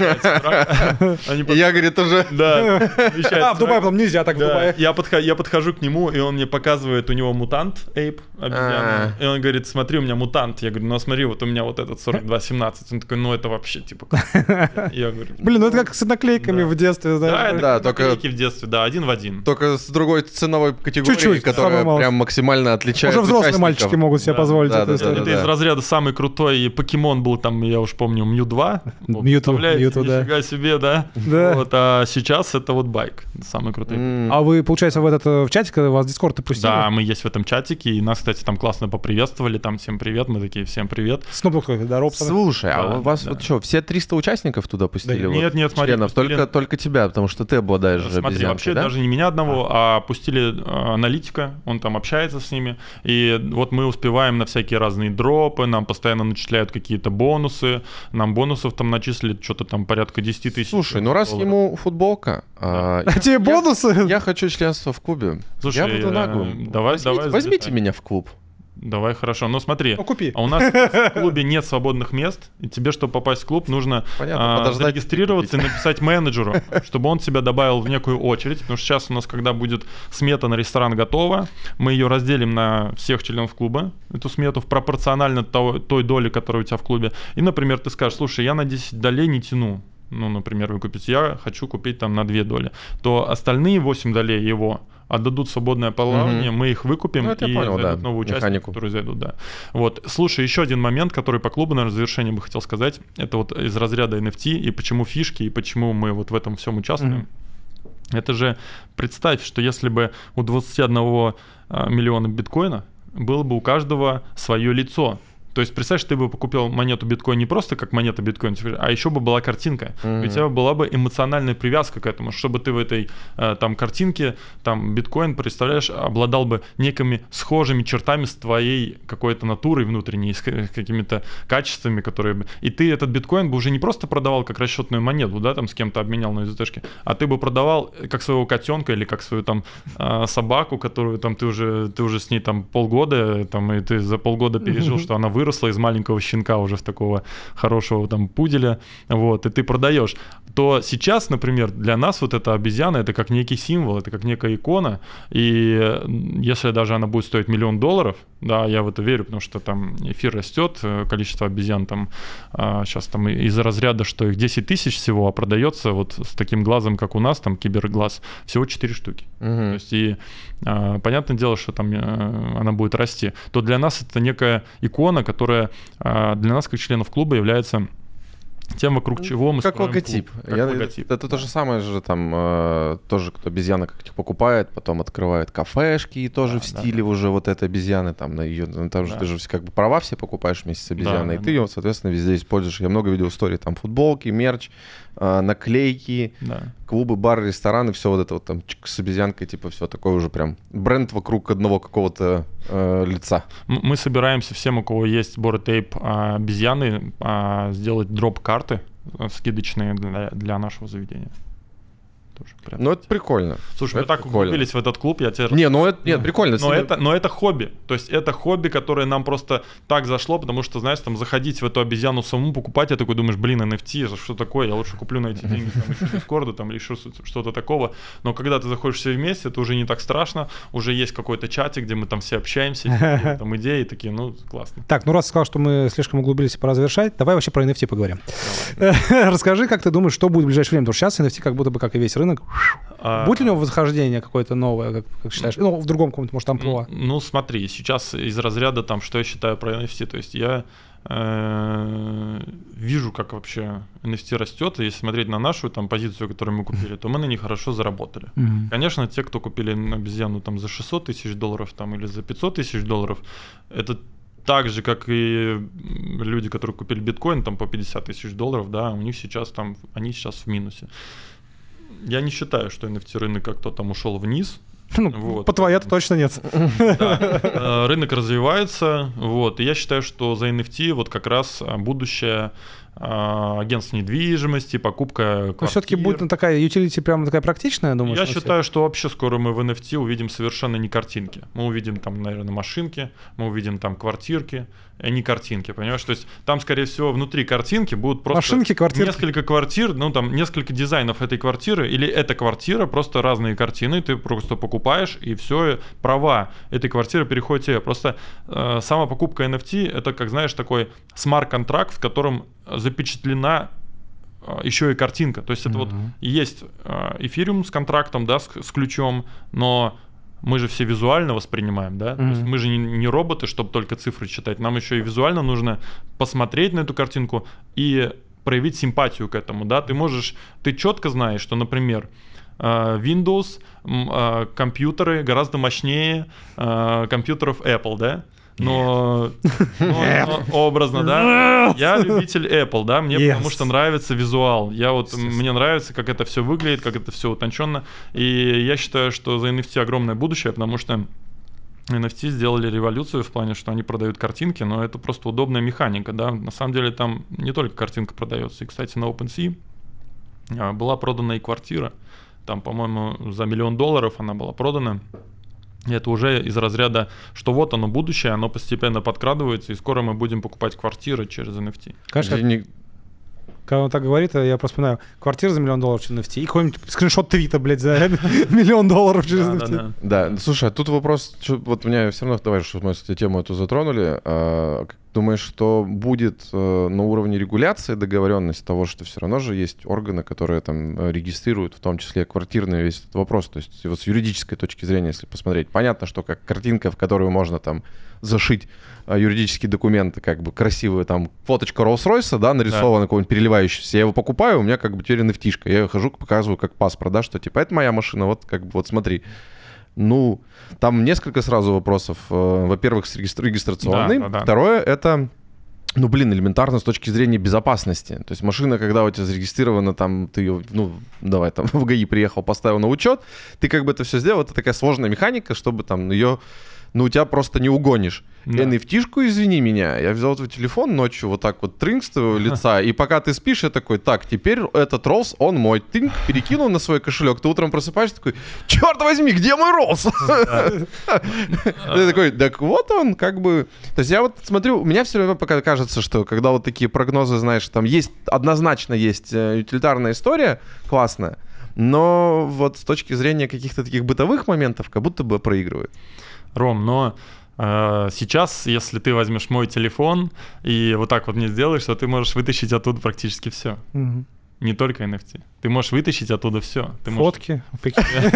Я, говорит, уже... Да. В Дубае там нельзя так в Дубае. Я подхожу к нему, и он мне показывает, у него мутант, Эйп, обезьяна. И он говорит: смотри, у меня мутант. Я говорю: ну смотри, вот у меня вот этот 4217. Он такой: ну это вообще типа... Я говорю: блин, это как с наклейками в детстве, знаешь. Да, только наклейки в детстве, да, 1 в 1. Только с другой ценовой категорией, чуть-чуть, которая прям максимально отличается. Уже взрослые мальчики могут себе позволить эту историю. Это из разряда самый крутой покемон был там, я уж помню, Мью 2. Мьюту, да. Нифига себе, да? Вот, а сейчас это вот байк, самый крутой. А вы, получается, в чатик вас Discord пустили? Да, мы есть в этом чатике, и нас, кстати, там классно поприветствовали, там: всем привет, мы такие: всем привет. Снова какой-то, да, Робсон. Слушай, а у вас вот что, все 300 участников туда пустили? Нет, смотри. Только тебя, потому что ты обладаешь же обезьянкой, вообще да? даже не меня одного, а пустили аналитика, он там общается с ними, и вот мы успеваем на всякие разные дропы, нам постоянно начисляют какие-то бонусы, нам бонусов там начислили что-то там порядка 10 тысяч. Слушай, ну раз ему футболка, а тебе бонусы? Я хочу членство в клубе. Слушай, я буду наглым. Возьмите меня в клуб. Давай, хорошо. Но смотри, купи. А у нас в клубе нет свободных мест, и тебе, чтобы попасть в клуб, нужно зарегистрироваться и написать менеджеру, чтобы он тебя добавил в некую очередь, потому что сейчас у нас, когда будет смета на ресторан готова, мы ее разделим на всех членов клуба, эту смету, пропорционально той доли, которая у тебя в клубе. И, например, ты скажешь: слушай, я на 10 долей не тяну. Например, вы купите, я хочу купить там на 2 доли. То остальные 8 долей его отдадут свободное плавание, мы их выкупим, Ну, это я и понял, зайдут да, новые участники, механику. которые зайдут, да. Вот. Слушай, еще один момент, который по клубу, наверное, в завершение бы хотел сказать, это вот из разряда NFT, и почему фишки, и почему мы вот в этом всем участвуем. Это же представь, что если бы у 21 миллиона биткоина было бы у каждого свое лицо. То есть, представь, что ты бы покупил монету биткоин не просто как монета биткоин, а еще бы была картинка. У тебя была бы эмоциональная привязка к этому, чтобы ты в этой там картинке, там биткоин, представляешь, обладал бы некими схожими чертами с твоей какой-то натурой внутренней, с какими-то качествами, которые... И ты этот биткоин бы уже не просто продавал как расчетную монету, да, там с кем-то обменял на ИЗТшке, а ты бы продавал как своего котенка или как свою там собаку, которую там ты уже с ней там полгода, там, и ты за полгода пережил, что она выросла из маленького щенка уже в такого хорошего там пуделя, вот, и ты продаешь, то сейчас, например, для нас вот эта обезьяна, это как некий символ, это как некая икона, и если даже она будет стоить $1 миллион, да, я в это верю, потому что там эфир растет, количество обезьян там сейчас там из-за разряда, что их 10 тысяч всего, а продается вот с таким глазом, как у нас, там киберглаз, всего 4 штуки. То есть и понятное дело, что там она будет расти, то для нас это некая икона, которая для нас, как членов клуба, является тем, вокруг чего мы как строим логотип. клуб. Как логотип. Это то же самое же там, тоже кто обезьяна как покупает, потом открывает кафешки, и тоже в стиле уже вот этой обезьяны, там на ее, там же ты же как бы права все покупаешь вместе с обезьяной, и ты ее, соответственно, везде используешь. Я много видел историй, там футболки, мерч, наклейки, клубы, бары, рестораны, все вот это вот там с обезьянкой, типа все такое уже прям бренд вокруг одного какого-то лица. Мы собираемся всем, у кого есть Bored Ape обезьяны, сделать дроп-карты скидочные для нашего заведения. Ну, это прикольно. Слушай, мы так углубились в этот клуб, я тебе... Нет, прикольно. Но это хобби. То есть это хобби, которое нам просто так зашло, потому что, знаешь, там заходить в эту обезьяну самому, покупать, я такой думаешь, блин, NFT, что такое? Я лучше куплю на эти деньги там еще Дискорда, там, или еще что-то такого. Но когда ты заходишь все вместе, это уже не так страшно. Уже есть какой-то чатик, где мы там все общаемся, там идеи такие, ну, классно. Так, ну раз ты сказал, что мы слишком углубились, пора завершать, давай вообще про NFT поговорим. Расскажи, как ты думаешь, что будет в ближайшее время? Потому что сейчас NFT как будто бы, как и весь рынок, будет ли у него восхождение какое-то новое, как считаешь? Ну, в другом каком-то, может, амплуа. Ну, смотри, сейчас из разряда там, что я считаю про NFT, то есть я вижу, как вообще NFT растет, и если смотреть на нашу там позицию, которую мы купили, то мы на ней хорошо заработали. Конечно, те, кто купили обезьяну там за $600 тысяч там, или за $500 тысяч, это так же, как и люди, которые купили биткоин там по $50 тысяч, да, у них сейчас там, они сейчас в минусе. Я не считаю, что NFT рынок как-то там ушел вниз. Вот. По твоей-то точно нет. Да. Рынок развивается, вот, и я считаю, что за NFT вот как раз будущее агентств недвижимости, покупка квартир. Но все-таки будет такая utility прямо такая практичная, думаю. Я считаю, что вообще скоро мы в NFT увидим совершенно не картинки. Мы увидим там, наверное, машинки, мы увидим там квартирки, а не картинки, понимаешь? То есть там, скорее всего, внутри картинки будут просто машинки, квартирки. Несколько квартир, ну там несколько дизайнов этой квартиры, или эта квартира, просто разные картины, ты просто покупаешь, и все, права этой квартиры переходят тебе. Просто сама покупка NFT — это, как знаешь, такой смарт-контракт, в котором запечатлена еще и картинка. То есть это вот есть эфириум с контрактом, да, с ключом, но мы же все визуально воспринимаем, да? То есть мы же не роботы, чтобы только цифры читать. Нам еще и визуально нужно посмотреть на эту картинку и проявить симпатию к этому, да? Ты четко знаешь, что, например, Windows компьютеры гораздо мощнее компьютеров Apple, да? Но образно, да, я любитель Apple, да, мне потому что нравится визуал, мне нравится, как это все выглядит, как это все утонченно, и я считаю, что за NFT огромное будущее, потому что NFT сделали революцию в плане, что они продают картинки, но это просто удобная механика, да, на самом деле там не только картинка продается, и, кстати, на OpenSea была продана и квартира, там, по-моему, за $1 миллион она была продана. И это уже из разряда, что вот оно будущее, оно постепенно подкрадывается, и скоро мы будем покупать квартиры через NFT. Конечно, когда он так говорит, я просто вспоминаю, квартира за $1 миллион через NFT, и какой-нибудь скриншот твита, блядь, за $1 миллион через NFT. Да, слушай, а тут вопрос, вот меня все равно, давай, что мы эту тему эту затронули, думаешь, что будет на уровне регуляции договоренность того, что все равно же есть органы, которые там регистрируют, в том числе квартирный весь этот вопрос. То есть вот с юридической точки зрения, если посмотреть, понятно, что как картинка, в которую можно там зашить юридические документы, как бы красивые, там фоточка Роллс-Ройса, да, нарисована, какой-нибудь переливающийся. Я его покупаю, у меня как бы теперь NFT-шка. Я ее хожу, показываю как паспорт, да, что типа это моя машина, вот как бы вот смотри. Ну, там несколько сразу вопросов. Во-первых, с регистрационной. Да. Второе, это, ну, блин, элементарно с точки зрения безопасности. То есть машина, когда у тебя зарегистрирована, там, ты ее, ну, давай, там, в ГАИ приехал, поставил на учет, ты как бы это все сделал, это такая сложная механика, чтобы там ее, ну, у тебя просто не угонишь. Да. NFT-шку, извини меня, я взял твой телефон ночью вот так вот трынк с твоего лица, и пока ты спишь, я такой, так, теперь этот Роллс, он мой. Тынк, перекинул на свой кошелек, ты утром просыпаешься, такой, черт возьми, где мой Роллс? Ты такой, так вот он, как бы... То есть я вот смотрю, у меня все равно пока кажется, что когда вот такие прогнозы, знаешь, там есть, однозначно есть утилитарная история классная, но вот с точки зрения каких-то таких бытовых моментов, как будто бы проигрывает. Ром, но сейчас, если ты возьмешь мой телефон и вот так вот мне сделаешь, то ты можешь вытащить оттуда практически все. Не только NFT. Ты можешь вытащить оттуда все. Фотки. Ты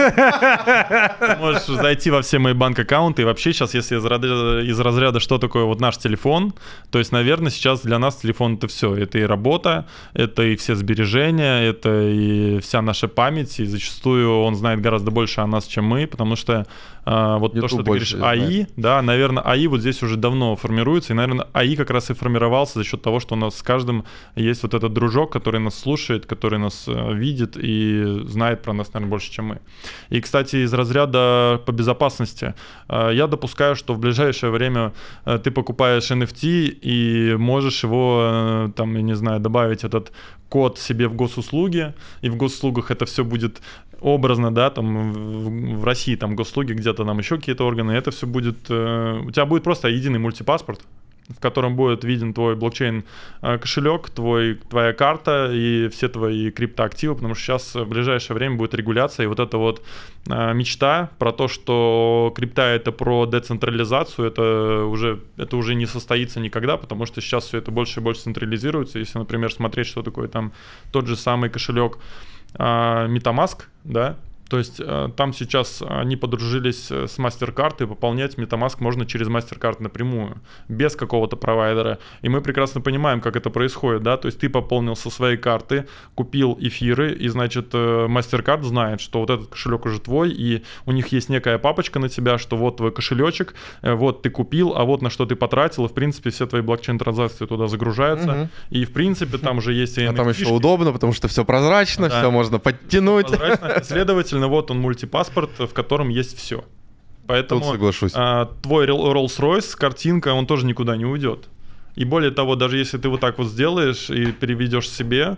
можешь зайти во все мои банк-аккаунты. И вообще сейчас, если из разряда, что такое вот наш телефон, то есть, наверное, сейчас для нас телефон — это все. Это и работа, это и все сбережения, это и вся наша память. И зачастую он знает гораздо больше о нас, чем мы, потому что вот то, что ты говоришь, АИ, да, наверное, АИ вот здесь уже давно формируется. И, наверное, АИ как раз и формировался за счет того, что у нас с каждым есть вот этот дружок, который нас слушает, который нас видит и знает про нас, наверное, больше, чем мы. И, кстати, из разряда по безопасности я допускаю, что в ближайшее время ты покупаешь NFT и можешь его, там, я не знаю, добавить этот код себе в госуслуги, и в госуслугах это все будет образно, да, там в России там госуслуги, где-то там еще какие-то органы, это все будет, у тебя будет просто единый мультипаспорт, в котором будет виден твой блокчейн-кошелек, твоя карта и все твои криптоактивы, потому что сейчас в ближайшее время будет регуляция, и вот эта вот мечта про то, что крипта — это про децентрализацию, это уже не состоится никогда, потому что сейчас все это больше и больше централизируется. Если, например, смотреть, что такое там тот же самый кошелек MetaMask, да, то есть там сейчас они подружились с MasterCard, и пополнять MetaMask можно через MasterCard напрямую, без какого-то провайдера. И мы прекрасно понимаем, как это происходит, да, то есть ты пополнил со своей карты, купил эфиры, и, значит, MasterCard знает, что вот этот кошелек уже твой, и у них есть некая папочка на тебя, что вот твой кошелечек, вот ты купил, а вот на что ты потратил, и, в принципе, все твои блокчейн-транзакции туда загружаются, и, в принципе, там уже есть... А там еще удобно, потому что все прозрачно, да. Все можно подтянуть. Следовательно, вот он мультипаспорт, в котором есть все. Поэтому твой Rolls-Royce, картинка, он тоже никуда не уйдет. И более того, даже если ты вот так вот сделаешь и переведешь себе,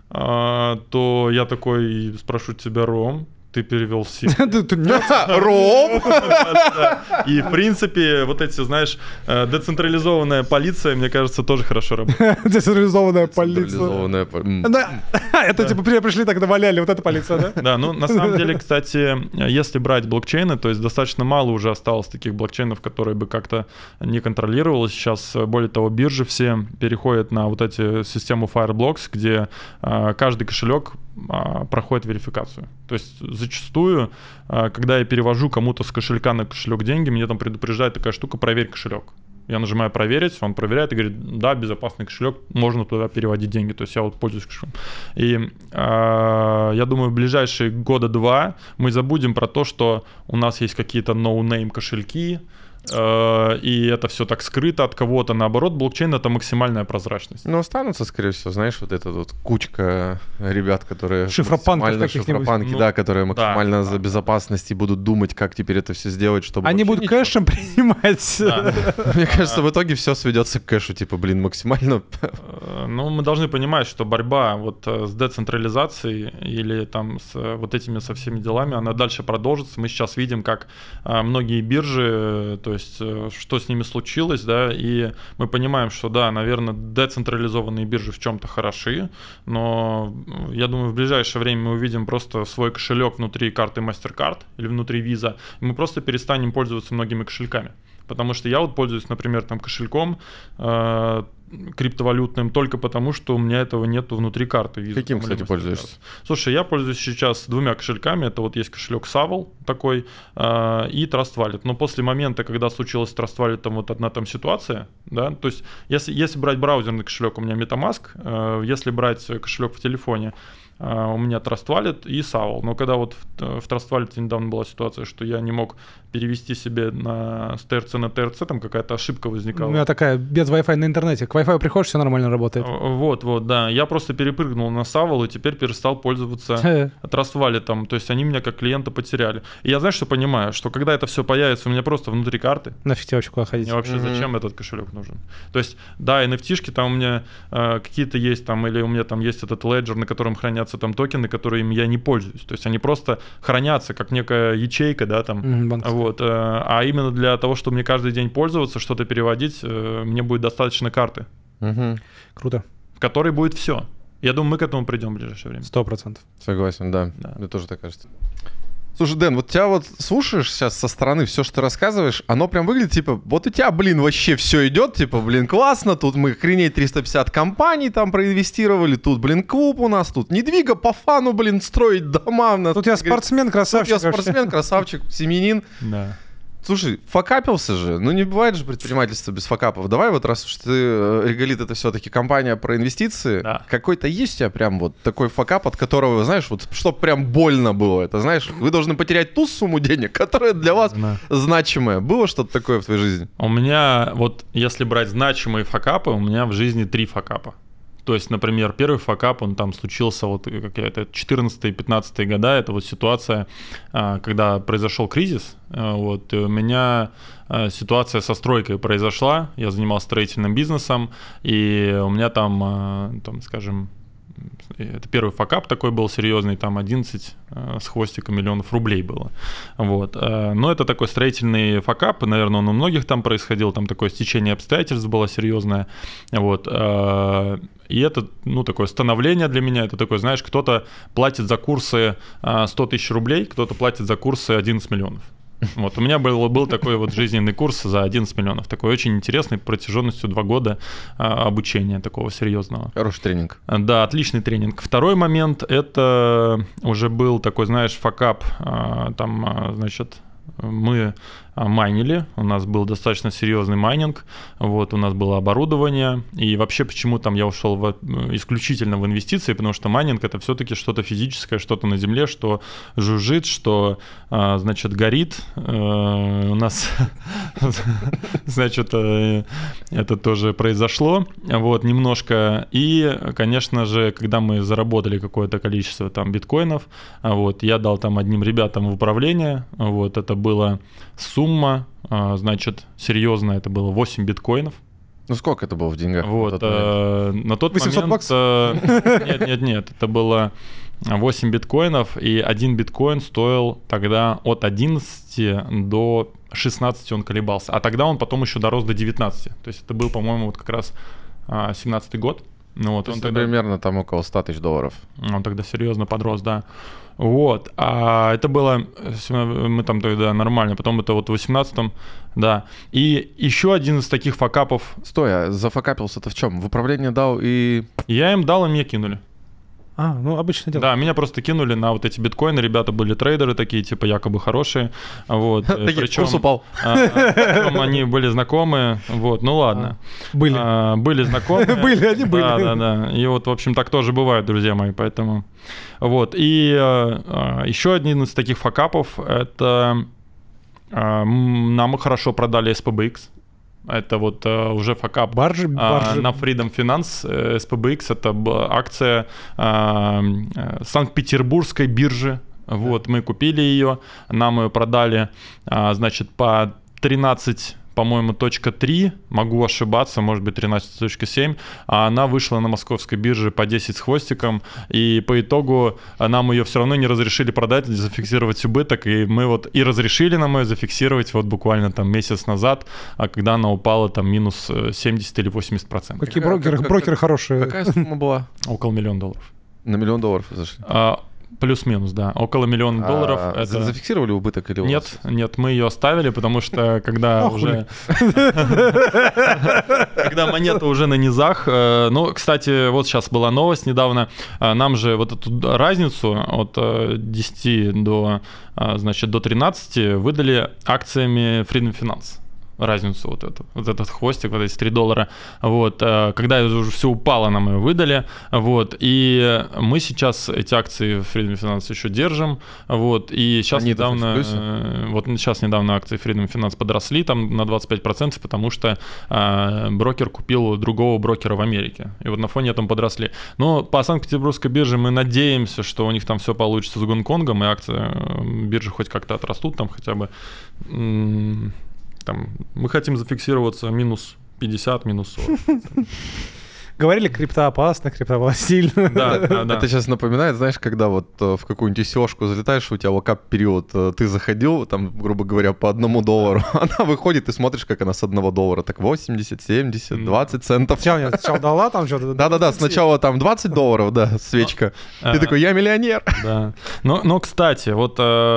то я такой спрошу тебя, Ром, ты перевел себе. Ром! И, в принципе, вот эти, знаешь, децентрализованная полиция, мне кажется, тоже хорошо работает. Децентрализованная полиция. Это типа пришли, так наваляли, вот эта полиция, да? Да, ну, на самом деле, кстати, если брать блокчейны, то есть достаточно мало уже осталось таких блокчейнов, которые бы как-то не контролировалось. Сейчас, более того, биржи все переходят на вот эти систему Fireblocks, где каждый кошелек проходит верификацию. То есть зачастую, когда я перевожу кому-то с кошелька на кошелек деньги, мне там предупреждает такая штука: проверь кошелек. Я нажимаю проверить, он проверяет и говорит: да, безопасный кошелек, можно туда переводить деньги. То есть я вот пользуюсь кошельком. И я думаю, в ближайшие года 2 мы забудем про то, что у нас есть какие-то no-name кошельки, и это все так скрыто от кого-то. Наоборот, блокчейн — это максимальная прозрачность. Ну, останутся, скорее всего, знаешь, вот эта вот кучка ребят, которые... Шифропанки, да, которые максимально за безопасность и будут думать, как теперь это все сделать, чтобы... Они будут кэшем принимать. Мне кажется, в итоге все сведется к кэшу, типа, блин, максимально... Ну, мы должны понимать, что борьба вот с децентрализацией или там с вот этими со всеми делами, она дальше продолжится. Мы сейчас видим, как многие биржи, то есть что с ними случилось, да, и мы понимаем, что, да, наверное, децентрализованные биржи в чем-то хороши, но я думаю, в ближайшее время мы увидим просто свой кошелек внутри карты MasterCard или внутри Visa, и мы просто перестанем пользоваться многими кошельками. Потому что я вот пользуюсь, например, там кошельком криптовалютным только потому, что у меня этого нету внутри карты. Visa, Каким, кстати, пользуешься? Слушай, я пользуюсь сейчас 2 кошельками. Это вот есть кошелек Savel такой и Trust Wallet. Но после момента, когда случилась с Trust Wallet вот одна там ситуация, да, то есть если брать браузерный кошелек, у меня MetaMask, если брать кошелек в телефоне, у меня Trust Wallet и Savel. Но когда вот в Trust Wallet недавно была ситуация, что я не мог перевести себе с ТРЦ на ТРЦ, там какая-то ошибка возникала. У меня такая, без Wi-Fi на интернете. К Wi-Fi приходишь, все нормально работает. Вот, да. Я просто перепрыгнул на Savel и теперь перестал пользоваться Trust Wallet. То есть они меня как клиента потеряли. И я, знаешь, что понимаю? Что когда это все появится у меня просто внутри карты, нафиг тебе вообще куда ходить? Мне вообще зачем этот кошелек нужен? То есть, да, NFT-шки там у меня какие-то есть, там, или у меня там есть этот Ledger, на котором хранятся там токены, которыми я не пользуюсь. То есть они просто хранятся как некая ячейка, да, там. Вот. А именно для того, чтобы мне каждый день пользоваться, что-то переводить, мне будет достаточно карты. Круто. В которой будет все. Я думаю, мы к этому придем в ближайшее время. 100%. Согласен, да. Мне тоже так кажется. Слушай, Дэн, вот тебя вот слушаешь сейчас со стороны, все, что ты рассказываешь, оно прям выглядит, типа, вот у тебя, вообще все идет, типа, классно, тут мы охренеть 350 компаний там проинвестировали, тут, клуб у нас, тут недвига по фану, строить дома. Тут я спортсмен, красавчик. Тут я спортсмен, красавчик, семьянин. Да. Слушай, факапился же. Не бывает же предпринимательства без факапов. Давай вот, раз уж ты Реголит, это все-таки компания про инвестиции, да. Какой-то есть у тебя прям вот такой факап, от которого, знаешь, вот чтоб прям больно было. Это, знаешь, вы должны потерять ту сумму денег, которая для вас значимая. Было что-то такое в твоей жизни? У меня, вот если брать значимые факапы, у меня в жизни 3 факапа. То есть, например, первый факап, он там случился вот какие-то 14-15 года, это вот ситуация, когда произошел кризис, вот, и у меня ситуация со стройкой произошла, я занимался строительным бизнесом, и у меня там скажем, это первый факап такой был серьезный, там 11 с хвостиком миллионов рублей было. Вот. Но это такой строительный факап, наверное, он у многих там происходил, там такое стечение обстоятельств было серьезное. Вот. И это, такое становление для меня, это такое, знаешь, кто-то платит за курсы 100 тысяч рублей, кто-то платит за курсы 11 миллионов. Вот, у меня был такой вот жизненный курс за 11 миллионов, такой очень интересный, протяженностью 2 года обучения такого серьезного. Хороший тренинг. Да, отличный тренинг. Второй момент, это уже был такой, знаешь, факап, там, значит, мы майнили, у нас был достаточно серьезный майнинг, вот, у нас было оборудование, и вообще почему там я ушел исключительно в инвестиции, потому что майнинг — это все-таки что-то физическое, что-то на земле, что жужжит, что, значит, горит. У нас, значит, это тоже произошло, вот, немножко. И, конечно же, когда мы заработали какое-то количество там биткоинов, вот, я дал там одним ребятам в управление, вот, это было сумма, значит, серьезная, это было 8 биткоинов. Сколько это было в деньгах? Вот, на тот 800 момент... Нет, это было 8 биткоинов, и один биткоин стоил тогда от 11 до 16 он колебался. А тогда он потом еще дорос до 19. То есть это был, по-моему, вот как раз 17-й год. Вот, то есть он примерно там около 100 тысяч долларов. Он тогда серьезно подрос, да. Вот, а это было, мы там тогда нормально, потом это вот в 18-м, да. И еще один из таких факапов. Стой, а зафакапился-то в чем? В управление дал и... Я им дал, и мне кинули. Обычное дело. Да, меня просто кинули на вот эти биткоины, ребята были трейдеры такие, типа якобы хорошие, вот. Причем курс упал. Они были знакомые, вот, ну ладно. Были знакомые. Они были. Да. И вот, в общем, так тоже бывает, друзья мои, поэтому... Вот, и еще один из таких факапов, это нам хорошо продали SPBX. Это вот уже факап баржи. На Freedom Finance. SPBX — это акция Санкт-Петербургской биржи. Вот, мы купили ее, нам ее продали, значит, по 13, по-моему, .3, могу ошибаться, может быть 13.7, а она вышла на московской бирже по 10 с хвостиком, и по итогу нам ее все равно не разрешили продать, зафиксировать убыток, и мы вот и разрешили нам ее зафиксировать вот буквально там месяц назад, когда она упала там минус 70 или 80%. Какие брокеры хорошие. Какая сумма была? Около $1 миллиона. На $1 миллион зашли? Плюс-минус, да. Около $1 миллиона. Это... Зафиксировали убыток или у вас? Нет, мы ее оставили, потому что когда уже... Когда монета уже на низах... Ну, кстати, вот сейчас была новость недавно. Нам же вот эту разницу от 10 до 13 выдали акциями Freedom Finance. Разницу вот этот хвостик, вот эти $3. Вот, когда уже все упало, нам ее выдали. Вот, и мы сейчас эти акции Freedom Finance еще держим. Вот, и сейчас недавно акции Freedom Finance подросли там на 25%, потому что брокер купил другого брокера в Америке. И вот на фоне этого подросли. Но по Санкт-Петербургской бирже мы надеемся, что у них там все получится с Гонконгом, и акции биржи хоть как-то отрастут там хотя бы. Там, мы хотим зафиксироваться минус 50, минус 40. Говорили, крипта опасна, крипта волатильна. Да. Это сейчас напоминает, знаешь, когда вот в какую-нибудь ICO-шку залетаешь, у тебя локап-период, ты заходил, там, грубо говоря, по $1, она выходит, ты смотришь, как она с $1, так 80, 70, 20 центов. Сначала дала там что-то? Да-да-да, сначала там $20, да, свечка. Ты такой, я миллионер. Да. Но, кстати, вот,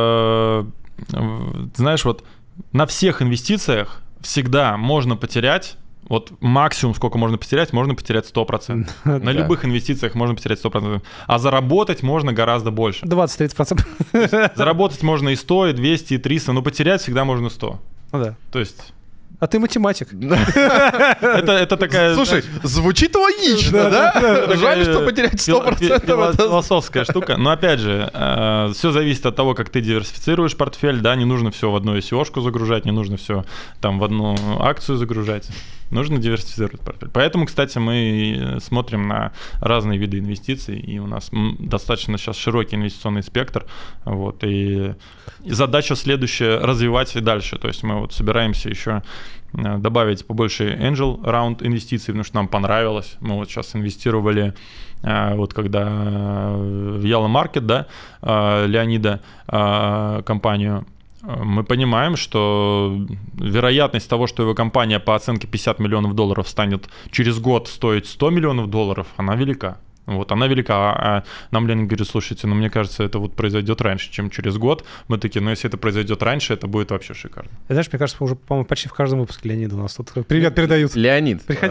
знаешь, вот на всех инвестициях всегда можно потерять, вот максимум, сколько можно потерять 100%. На любых инвестициях можно потерять 100%. А заработать можно гораздо больше. 20-30%. Заработать можно и 100, и 200, и 300, но потерять всегда можно 100. Ну да. То есть... А ты математик. Это такая... Слушай, звучит логично, да? Жаль, что потерять 100%. Философская штука. Но опять же, все зависит от того, как ты диверсифицируешь портфель, да, не нужно все в одну ICO-шку загружать, не нужно все там в одну акцию загружать. Нужно диверсифицировать портфель. Поэтому, кстати, мы смотрим на разные виды инвестиций, и у нас достаточно сейчас широкий инвестиционный спектр. Вот, и задача следующая — развивать и дальше. То есть мы вот собираемся еще добавить побольше angel раунд инвестиций, потому что нам понравилось. Мы вот сейчас инвестировали, вот когда в Yellow Market, да, Леонида, компанию, мы понимаем, что вероятность того, что его компания по оценке $50 миллионов станет через год стоить $100 миллионов, она велика. Вот, она велика. А нам Лена говорит, слушайте, мне кажется, это вот произойдет раньше, чем через год. Мы такие, если это произойдет раньше, это будет вообще шикарно. Знаешь, мне кажется, уже, по-моему, почти в каждом выпуске Леонида у нас тут привет передают. Леонид, приходи.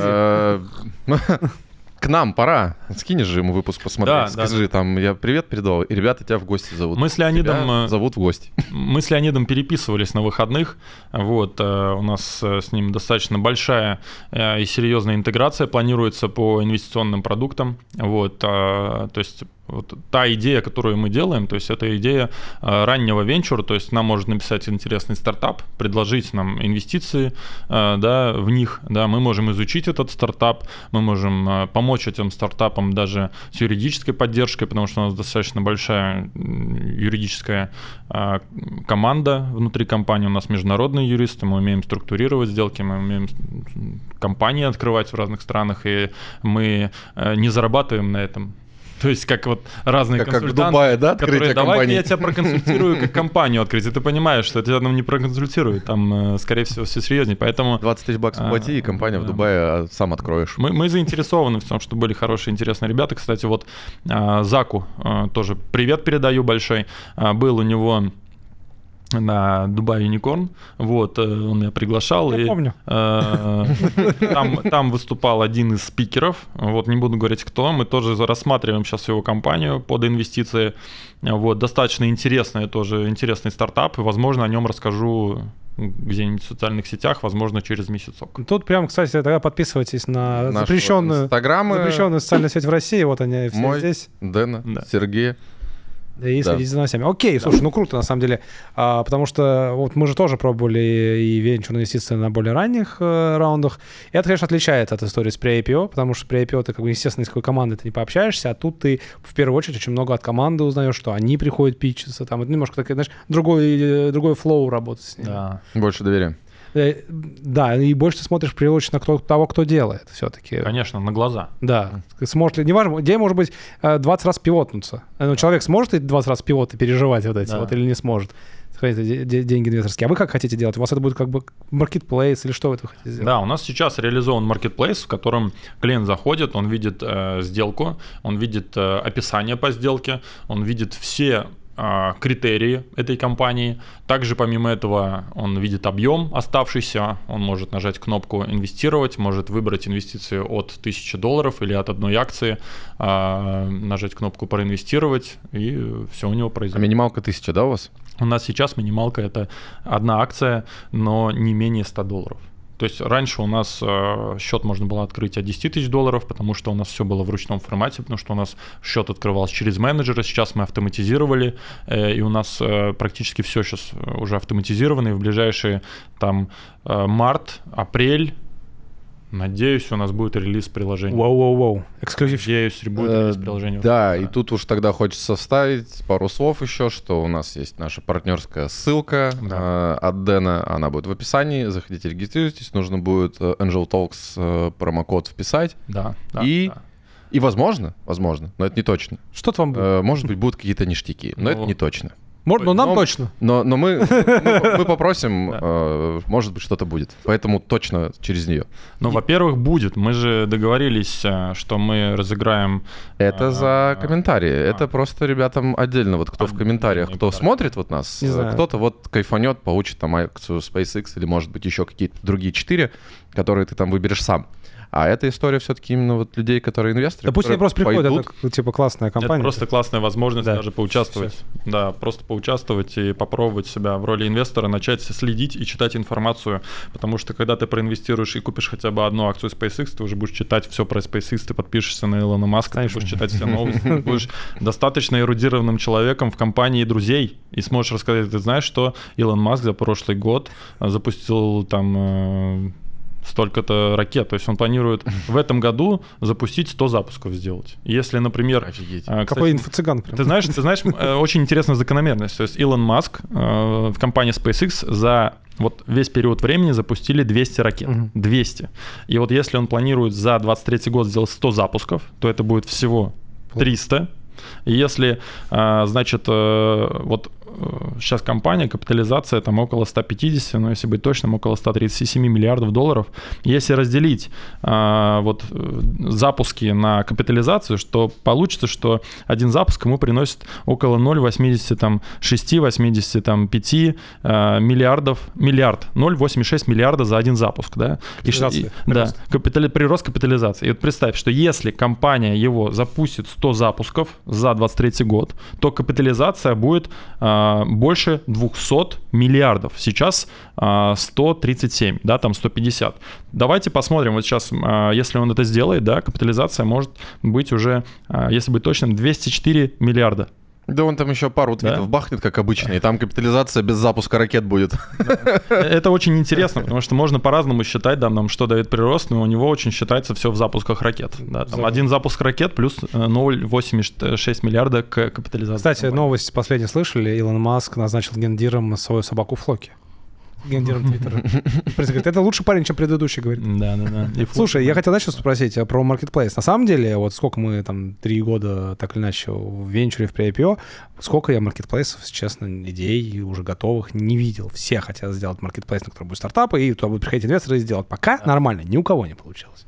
К нам пора. Скинешь же ему выпуск посмотреть. Скажи, там, я привет передал, и ребята тебя в гости зовут. Мы с Леонидом... зовут в гости. Мы с Леонидом переписывались на выходных. Вот, у нас с ним достаточно большая и серьезная интеграция планируется по инвестиционным продуктам. Вот, то есть... Вот та идея, которую мы делаем, то есть это идея раннего венчура, то есть нам может написать интересный стартап, предложить нам инвестиции, да, в них, да, мы можем изучить этот стартап, мы можем помочь этим стартапам даже с юридической поддержкой, потому что у нас достаточно большая юридическая команда внутри компании, у нас международные юристы, мы умеем структурировать сделки, мы умеем компании открывать в разных странах, и мы не зарабатываем на этом. То есть как вот разные консультанты, как в Дубае, да, которые давайте я тебя проконсультирую, как компанию открыть, и ты понимаешь, что тебя там не проконсультируют, там, скорее всего, все серьезнее, поэтому... 20 тысяч баксов плати, и компания в Дубае сам откроешь. Мы заинтересованы в том, чтобы были хорошие, интересные ребята. Кстати, вот Заку тоже привет передаю большой. Был у него... на Dubai Unicorn, вот, он меня приглашал. Я помню. Там выступал один из спикеров, вот, не буду говорить кто, мы тоже рассматриваем сейчас его компанию под инвестиции, вот, достаточно интересный стартап, и, возможно, о нем расскажу где-нибудь в социальных сетях, возможно, через месяцок. Тут прям, кстати, тогда подписывайтесь на запрещенную социальную сеть в России, вот они все мой, здесь. Дэна, Сергея. И следите за новостями. Окей, слушай, круто на самом деле, потому что вот мы же тоже пробовали и венчурные инвестиции на более ранних раундах. И это, конечно, отличается от истории с pre-IPO, потому что pre-IPO ты, естественно, с какой командой ты не пообщаешься, а тут ты в первую очередь очень много от команды узнаешь, что они приходят питчиться, там это немножко такой, знаешь, другой флоу работать с ними. Да. Больше доверия. Да, и больше ты смотришь, в первую очередь, на того, кто делает все-таки. Конечно, на глаза. Да. Сможет ли, неважно, идея может быть 20 раз пивотнуться. Но человек сможет эти 20 раз пивот и переживать вот эти вот или не сможет? Деньги инвесторские. А вы как хотите делать? У вас это будет как бы маркетплейс или что вы это хотите сделать? Да, у нас сейчас реализован маркетплейс, в котором клиент заходит, он видит сделку, он видит описание по сделке, он видит все критерии этой компании. Также помимо этого он видит объем оставшийся, он может нажать кнопку «Инвестировать», может выбрать инвестиции от $1000 или от одной акции, нажать кнопку «Проинвестировать», и все у него произойдет. А минималка 1000, да, у вас? У нас сейчас минималка — это одна акция, но не менее $100. То есть раньше у нас счет можно было открыть от $10 000, потому что у нас все было в ручном формате, потому что у нас счет открывался через менеджера. Сейчас мы автоматизировали, и у нас практически все сейчас уже автоматизировано. И в ближайшие там март, апрель, надеюсь, у нас будет релиз приложения. Воу-воу-воу. Эксклюзив. Надеюсь, будет релиз приложения. Да, и тут уж тогда хочется вставить пару слов еще, что у нас есть наша партнерская ссылка от Дэна, она будет в описании, заходите, регистрируйтесь, нужно будет Angel Talks промокод вписать. Да. И возможно, но это не точно. Что-то вам будет? Может быть, будут какие-то ништяки, но это не точно. Но нам точно. Но мы попросим, может быть, что-то будет. Поэтому точно через нее. Ну, во-первых, будет. Мы же договорились, что мы разыграем... Это за комментарии. Это просто ребятам отдельно. Вот кто в комментариях, кто смотрит вот нас, кто-то вот кайфанет, получит там акцию SpaceX или, может быть, еще какие-то другие 4, которые ты там выберешь сам. А эта история все-таки именно вот людей, которые инвесторы. Да пусть они просто приходят, это типа классная компания. Это просто классная возможность даже поучаствовать. Все. Да, просто поучаствовать и попробовать себя в роли инвестора, начать следить и читать информацию. Потому что когда ты проинвестируешь и купишь хотя бы одну акцию SpaceX, ты уже будешь читать все про SpaceX, ты подпишешься на Илона Маска, ты будешь читать все новости, ты будешь достаточно эрудированным человеком в компании друзей и сможешь рассказать, ты знаешь, что Илон Маск за прошлый год запустил там... столько-то ракет. То есть он планирует в этом году запустить 100 запусков сделать. Если, например... Офигеть. Какой инфо-цыган. Ты знаешь, очень интересная закономерность. То есть Илон Маск в компании SpaceX за вот весь период времени запустили 200 ракет. 200. И вот если он планирует за 2023 год сделать 100 запусков, то это будет всего 300. И если, значит, вот сейчас компания, капитализация там около 150, но если быть точным, около 137 миллиардов долларов. Если разделить вот запуски на капитализацию, что получится, что один запуск ему приносит около 0,86-85 миллиард, 0,86 миллиарда за один запуск, да? Прирост капитализации. И вот представь, что если компания его запустит 100 запусков за 2023 год, то капитализация будет больше 200 миллиардов. Сейчас 137, да, там 150. Давайте посмотрим, вот сейчас, если он это сделает, да, капитализация может быть уже, если быть точным, 204 миллиарда. Да он там еще пару твитов бахнет, как обычно, и там капитализация без запуска ракет будет. Это очень интересно, потому что можно по-разному считать, да, нам что дает прирост, но у него очень считается все в запусках ракет. Да, там один запуск ракет плюс 0,86 миллиарда к капитализации. Кстати, новость последнюю слышали? Илон Маск назначил гендиром свою собаку Флоки. Гендиром Твиттера. Это лучший парень, чем предыдущий, говорит. Да. Слушай, я хотел дальше спросить про Marketplace. На самом деле, вот сколько мы там 3 года так или иначе в венчуре, в pre-IPO, сколько я маркетплейсов, честно, идей уже готовых не видел. Все хотят сделать маркетплейс, на который будет стартапы, и туда будут приходить инвесторы и сделать. Пока нормально, ни у кого не получилось.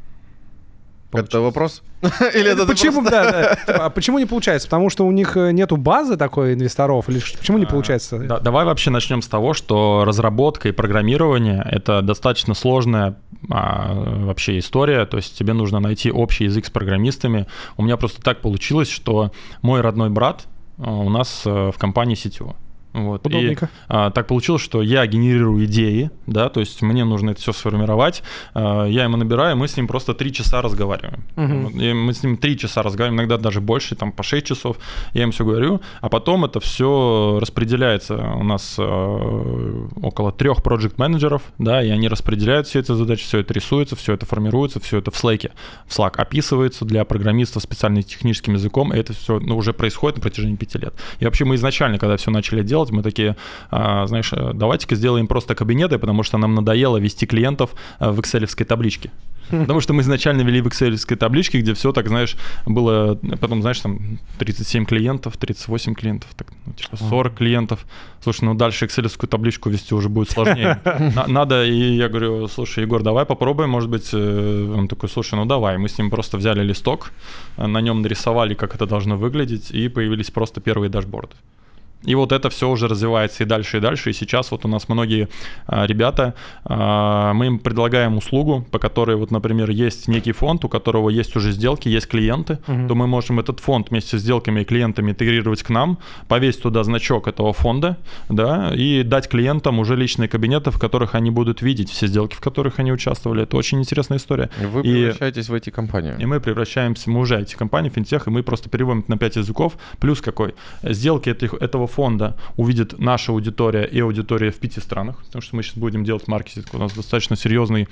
Это вопрос? Или это почему, да. А почему не получается? Потому что у них нету базы такой инвесторов? Или почему не получается? Да, давай вообще начнем с того, что разработка и программирование — это достаточно сложная вообще история. То есть тебе нужно найти общий язык с программистами. У меня просто так получилось, что мой родной брат у нас в компании CTO. Вот. Удобненько. И так получилось, что я генерирую идеи, да, то есть мне нужно это все сформировать, я ему набираю, мы с ним просто 3 часа разговариваем. И мы с ним 3 часа разговариваем, иногда даже больше, там по 6 часов, я им все говорю, а потом это все распределяется. У нас около 3 проект-менеджеров, да, и они распределяют все эти задачи, все это рисуется, все это формируется, все это в Slack описывается для программистов специальным техническим языком, и это все уже происходит на протяжении 5 лет. И вообще мы изначально, когда все начали делать, делать, мы такие, знаешь, давайте-ка сделаем просто кабинеты, потому что нам надоело вести клиентов в экселевской табличке. Потому что мы изначально вели в экселевской табличке, где все так, знаешь, было, потом, знаешь, там 37 клиентов, 38 клиентов, так, 40 клиентов. Слушай, дальше экселевскую табличку вести уже будет сложнее. Надо, и я говорю, слушай, Егор, давай попробуем, может быть. Он такой, слушай, давай. Мы с ним просто взяли листок, на нем нарисовали, как это должно выглядеть, и появились просто первые дашборды. И вот это все уже развивается и дальше, и дальше. И сейчас вот у нас многие ребята, мы им предлагаем услугу, по которой, вот, например, есть некий фонд, у которого есть уже сделки, есть клиенты, то мы можем этот фонд вместе с сделками и клиентами интегрировать к нам, повесить туда значок этого фонда, да, и дать клиентам уже личные кабинеты, в которых они будут видеть все сделки, в которых они участвовали. Это очень интересная история. Вы превращаетесь в IT-компанию. И мы уже IT-компания, финтех, и мы просто переводим это на 5 языков. Плюс какой? Сделки этого фонда увидит наша аудитория и аудитория в 5 странах, потому что мы сейчас будем делать маркетинг. У нас достаточно серьезный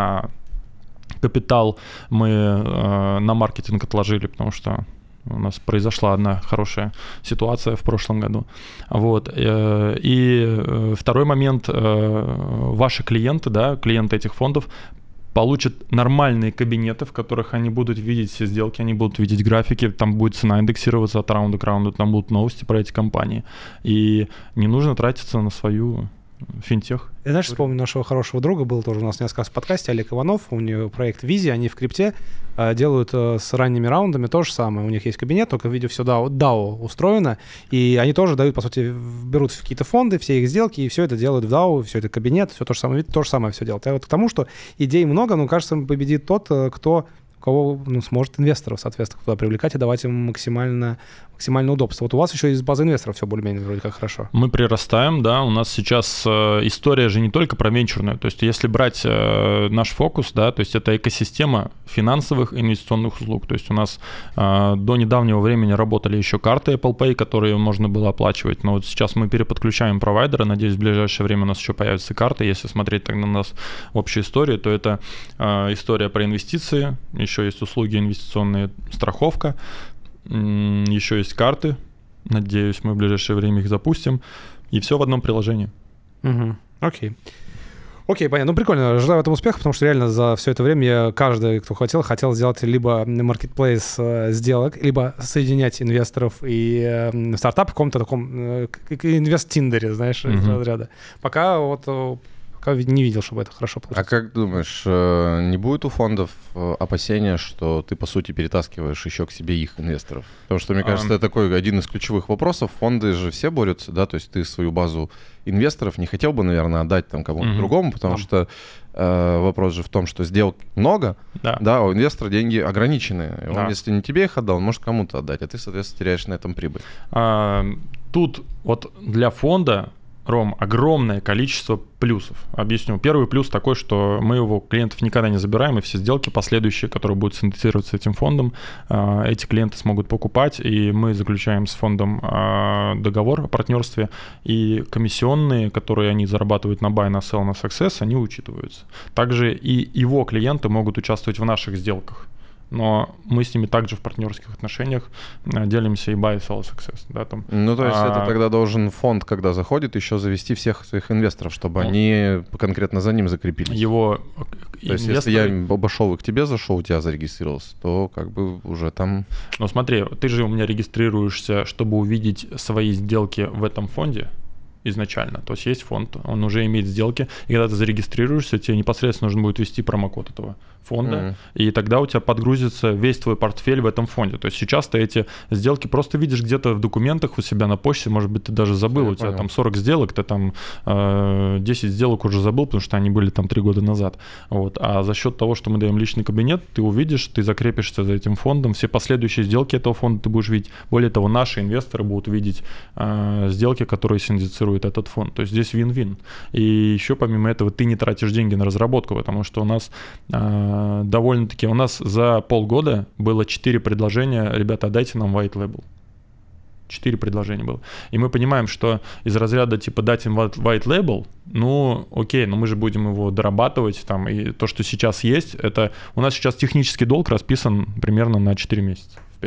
капитал мы на маркетинг отложили, потому что у нас произошла одна хорошая ситуация в прошлом году. Вот. И второй момент. Ваши клиенты, да, клиенты этих фондов, получат нормальные кабинеты, в которых они будут видеть все сделки, они будут видеть графики, там будет цена индексироваться от раунда к раунду, там будут новости про эти компании. И не нужно тратиться на свою финтех. Я, знаешь, вспомню нашего хорошего друга, был тоже у нас несколько раз в подкасте, Олег Иванов, у него проект Визи, они в крипте делают с ранними раундами то же самое. У них есть кабинет, только в виде все DAO устроено, и они тоже дают, по сути, берут в какие-то фонды, все их сделки, и все это делают в DAO, все это кабинет, все то же самое все делают. Я вот к тому, что идей много, но, кажется, победит тот, кто у кого сможет инвесторов, соответственно, туда привлекать и давать им максимальное удобство. Вот у вас еще из базы инвесторов все более-менее вроде как хорошо. Мы прирастаем, да, у нас сейчас история же не только про венчурную, то есть если брать наш фокус, да, то есть это экосистема финансовых инвестиционных услуг, то есть у нас до недавнего времени работали еще карты Apple Pay, которые можно было оплачивать, но вот сейчас мы переподключаем провайдера, надеюсь, в ближайшее время у нас еще появятся карты, если смотреть тогда на нас в общей истории, то это история про инвестиции, еще есть услуги инвестиционные, страховка, еще есть карты, надеюсь, мы в ближайшее время их запустим, и все в одном приложении. Окей, понятно. Ну, прикольно. Желаю в этом успеха, потому что реально за все это время каждый, кто хотел сделать либо маркетплейс сделок, либо соединять инвесторов и стартап в каком-то таком инвест-тиндере, знаешь, из разряда. Пока не видел, чтобы это хорошо получилось. А как думаешь, не будет у фондов опасения, что ты, по сути, перетаскиваешь еще к себе их инвесторов? Потому что, мне кажется, это такой один из ключевых вопросов. Фонды же все борются, да, то есть ты свою базу инвесторов не хотел бы, наверное, отдать там кому-то другому, потому что вопрос же в том, что сделок много, да, у инвестора деньги ограниченные. Он, если не тебе их отдал, он может кому-то отдать, а ты, соответственно, теряешь на этом прибыль. Тут вот для фонда, Ром, огромное количество плюсов. Объясню. Первый плюс такой, что мы его клиентов никогда не забираем, и все сделки последующие, которые будут синтезироваться этим фондом, эти клиенты смогут покупать, и мы заключаем с фондом договор о партнерстве, и комиссионные, которые они зарабатывают на buy, на sell, на success, они учитываются. Также и его клиенты могут участвовать в наших сделках. Но мы с ними также в партнерских отношениях делимся и buy, sell, success. Да, там. Ну, то есть это тогда должен фонд, когда заходит, еще завести всех своих инвесторов, чтобы они конкретно за ним закрепились. То есть если я обошел и к тебе зашел, у тебя зарегистрировался, то как бы уже там... Ну, смотри, ты же у меня регистрируешься, чтобы увидеть свои сделки в этом фонде изначально. То есть фонд, он уже имеет сделки, и когда ты зарегистрируешься, тебе непосредственно нужно будет ввести промокод этого фонда, и тогда у тебя подгрузится весь твой портфель в этом фонде. То есть сейчас ты эти сделки просто видишь где-то в документах у себя на почте, может быть, ты даже забыл, у тебя там 40 сделок, ты там 10 сделок уже забыл, потому что они были там 3 года назад. Вот. А за счет того, что мы даем личный кабинет, ты увидишь, ты закрепишься за этим фондом, все последующие сделки этого фонда ты будешь видеть. Более того, наши инвесторы будут видеть сделки, которые синдицируют этот фонд. То есть здесь вин-вин. И еще помимо этого ты не тратишь деньги на разработку, потому что у нас довольно-таки, у нас за полгода было 4 предложения: ребята, дайте нам white label. 4 предложения было. И мы понимаем, что из разряда типа дать им white label, ну окей, но мы же будем его дорабатывать там, и то, что сейчас есть, это у нас сейчас технический долг расписан примерно на 4 месяца вперед.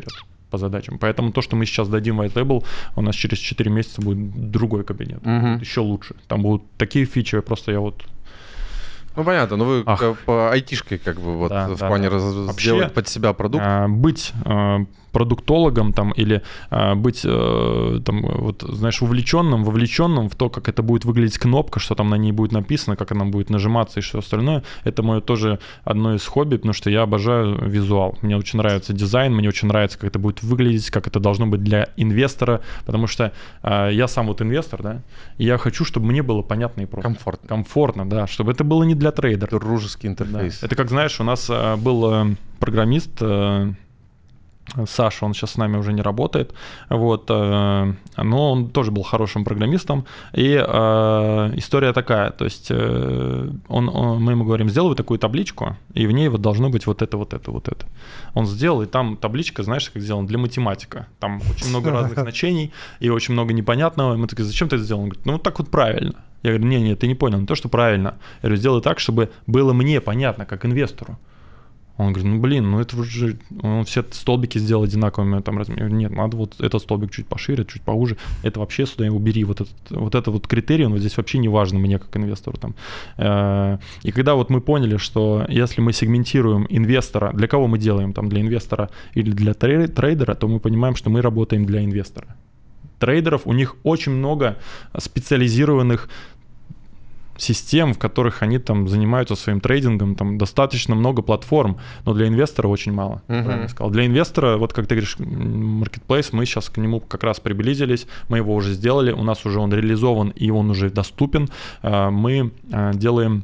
по задачам. Поэтому то, что мы сейчас дадим white label, у нас через 4 месяца будет другой кабинет. Будет еще лучше. Там будут такие фичи, просто я вот... Ну, понятно, но вы по айтишке как бы вот в плане сделать под себя продукт. Быть продуктологом там или быть там вот, знаешь, вовлеченным в то, как это будет выглядеть кнопка, что там на ней будет написано, как она будет нажиматься и все остальное. Это мое тоже одно из хобби, потому что я обожаю визуал. Мне очень нравится дизайн, мне очень нравится, как это будет выглядеть, как это должно быть для инвестора, потому что я сам вот инвестор, да, и я хочу, чтобы мне было понятно и просто. Комфортно, да, чтобы это было не для трейдера. Дружеский интерфейс. Да. Это как, знаешь, у нас был программист, Саша, он сейчас с нами уже не работает, вот, но он тоже был хорошим программистом, и история такая, то есть мы ему говорим, сделай такую табличку, и в ней вот должно быть вот это. Он сделал, и там табличка, знаешь, как сделана, для математика, там очень много разных значений, и очень много непонятного, и мы такие, зачем ты это сделал? Он говорит, ну вот так вот правильно. Я говорю, не, ты не понял, не то, что правильно. Я говорю, сделай так, чтобы было мне понятно, как инвестору. Он говорит, ну это уже, он все столбики сделал одинаковыми там размерами. Нет, надо вот этот столбик чуть пошире, чуть поуже. Это вообще сюда убери, вот этот критерий, он вот здесь вообще не важен мне как инвестору. Там. И когда вот мы поняли, что если мы сегментируем инвестора, для кого мы делаем, там, для инвестора или для трейдера, то мы понимаем, что мы работаем для инвестора. Трейдеров, у них очень много специализированных систем, в которых они там занимаются своим трейдингом, там достаточно много платформ, но для инвестора очень мало, правильно я сказал. Для инвестора, вот как ты говоришь, Marketplace, мы сейчас к нему как раз приблизились, мы его уже сделали, у нас уже он реализован и он уже доступен. Мы делаем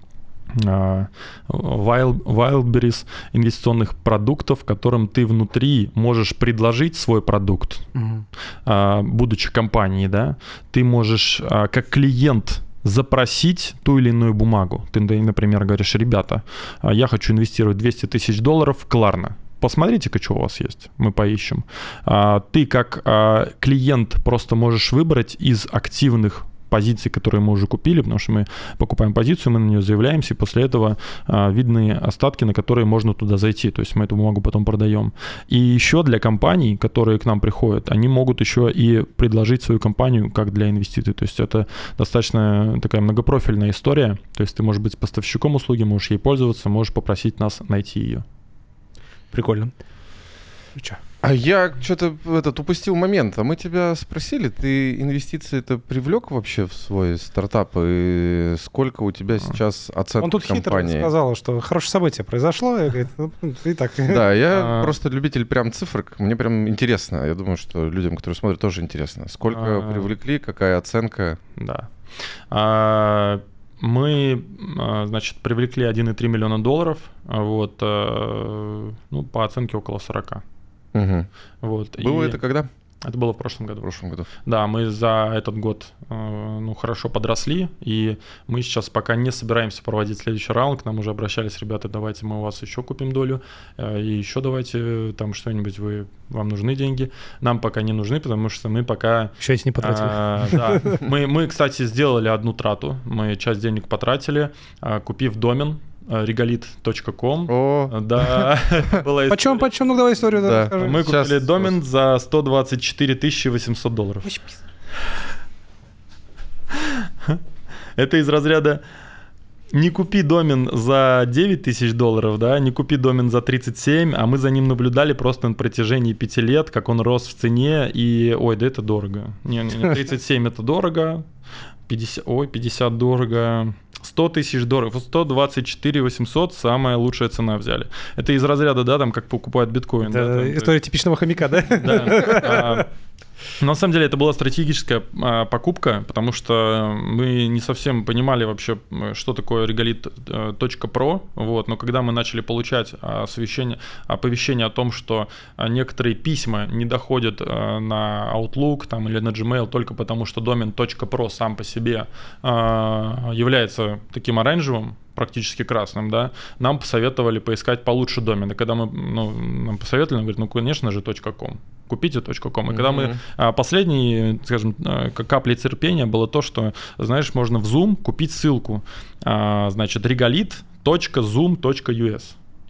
Wildberries инвестиционных продуктов, которым ты внутри можешь предложить свой продукт, будучи компанией, да, ты можешь как клиент запросить ту или иную бумагу. Ты, например, говоришь, ребята, я хочу инвестировать $200 тысяч в Klarna. Посмотрите-ка, что у вас есть, мы поищем. Ты как клиент просто можешь выбрать из активных позиций, которые мы уже купили, потому что мы покупаем позицию, мы на нее заявляемся, и после этого видны остатки, на которые можно туда зайти, то есть мы эту бумагу потом продаем. И еще для компаний, которые к нам приходят, они могут еще и предложить свою компанию как для инвестиций, то есть это достаточно такая многопрофильная история, то есть ты можешь быть поставщиком услуги, можешь ей пользоваться, можешь попросить нас найти ее. Прикольно. А я что-то упустил момент. А мы тебя спросили, ты инвестиции-то привлек вообще в свой стартап? И сколько у тебя сейчас оценка компании? Он тут хитро сказал, что хорошее событие произошло. Я говорю, и так. Да, я просто любитель прям цифр. Мне прям интересно. Я думаю, что людям, которые смотрят, тоже интересно. Сколько привлекли, какая оценка? Да. Мы, значит, привлекли $1,3 миллиона, вот, ну, по оценке около 40. Угу. Вот. Было это когда? Это было в прошлом году. В прошлом году. Да, мы за этот год хорошо подросли, и мы сейчас пока не собираемся проводить следующий раунд. К нам уже обращались ребята, давайте мы у вас еще купим долю, и еще давайте там что-нибудь, вам нужны деньги. Нам пока не нужны, потому что мы пока... Еще эти не потратили. Да, мы, кстати, сделали одну трату, мы часть денег потратили, купив домен, regalit.com. Да, была история. Почем? Ну, давай историю расскажи. Мы купили домен за $124 800. Это из разряда не купи домен за $9 000, да, не купи домен за 37, а мы за ним наблюдали просто на протяжении 5 лет, как он рос в цене, и, ой, да это дорого. Не, 37 это дорого, 50 дорого. 100 тысяч дорого, 124 800 самая лучшая цена взяли. Это из разряда, да, там как покупают биткоин. Это да, история типичного хомяка, да? Да. Но на самом деле это была стратегическая покупка, потому что мы не совсем понимали вообще, что такое regalit.pro, вот, но когда мы начали получать оповещение о том, что некоторые письма не доходят на Outlook там, или на Gmail только потому, что домен .pro сам по себе является таким оранжевым, практически красным, да, нам посоветовали поискать получше домен. И когда нам посоветовали, говорят, конечно же, .com. Купите .com. И когда мы последней, скажем, каплей терпения было то, что, знаешь, можно в Zoom купить ссылку, значит, regalit.zoom.us. И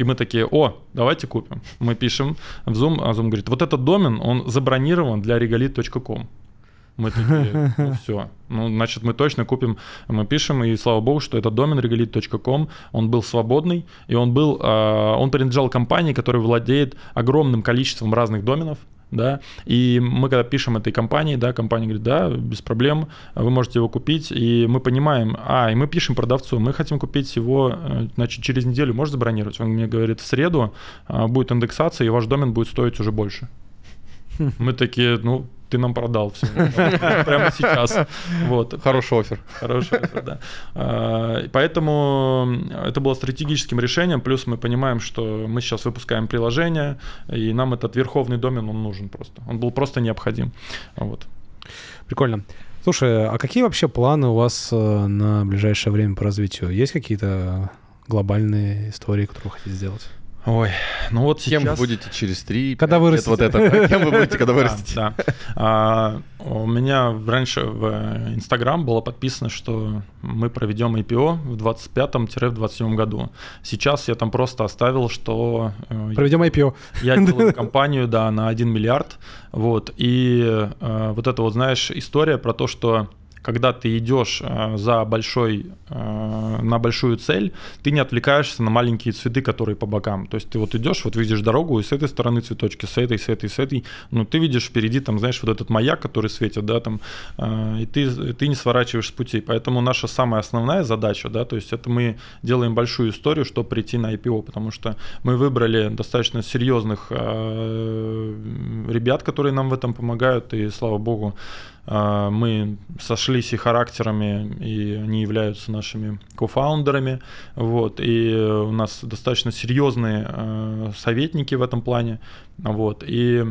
И мы такие, давайте купим. Мы пишем в Zoom, а Zoom говорит, вот этот домен, он забронирован для regalit.com. Мы такие, все, значит, мы точно купим. Мы пишем, и слава богу, что этот домен regalit.com, он был свободный, и он принадлежал компании, которая владеет огромным количеством разных доменов. Да, и мы когда пишем этой компании, да, компания говорит, да, без проблем, вы можете его купить, и мы понимаем, и мы пишем продавцу, мы хотим купить его, значит, через неделю, можешь забронировать? Он мне говорит, в среду будет индексация, и ваш домен будет стоить уже больше. Мы такие, ты нам продал все прямо сейчас. Вот. Хороший оффер. Хороший оффер, да. Поэтому это было стратегическим решением, плюс мы понимаем, что мы сейчас выпускаем приложение, и нам этот верховный домен, он нужен просто. Он был просто необходим. Вот. Прикольно. Слушай, а какие вообще планы у вас на ближайшее время по развитию? Есть какие-то глобальные истории, которые вы хотите сделать? Ой, вот сейчас... Кем вы будете через 3 когда вырастете? Вот это. Кем вы будете, когда вырастете? Да. У меня раньше в Instagram было подписано, что мы проведем IPO в 25-27 году. Сейчас я там просто оставил, что... Проведем IPO. Я делаю компанию, на 1 миллиард. Вот. И вот это вот, знаешь, история про то, что когда ты идешь на большую цель, ты не отвлекаешься на маленькие цветы, которые по бокам. То есть ты вот идешь, вот видишь дорогу, и с этой стороны цветочки, с этой. Ты видишь впереди, там, знаешь, вот этот маяк, который светит, да, там, и ты не сворачиваешь с пути. Поэтому наша самая основная задача, да, то есть это мы делаем большую историю, чтобы прийти на IPO, потому что мы выбрали достаточно серьезных ребят, которые нам в этом помогают, и слава богу, мы сошлись и характерами, и они являются нашими кофаундерами. Вот, и у нас достаточно серьезные советники в этом плане. Вот, и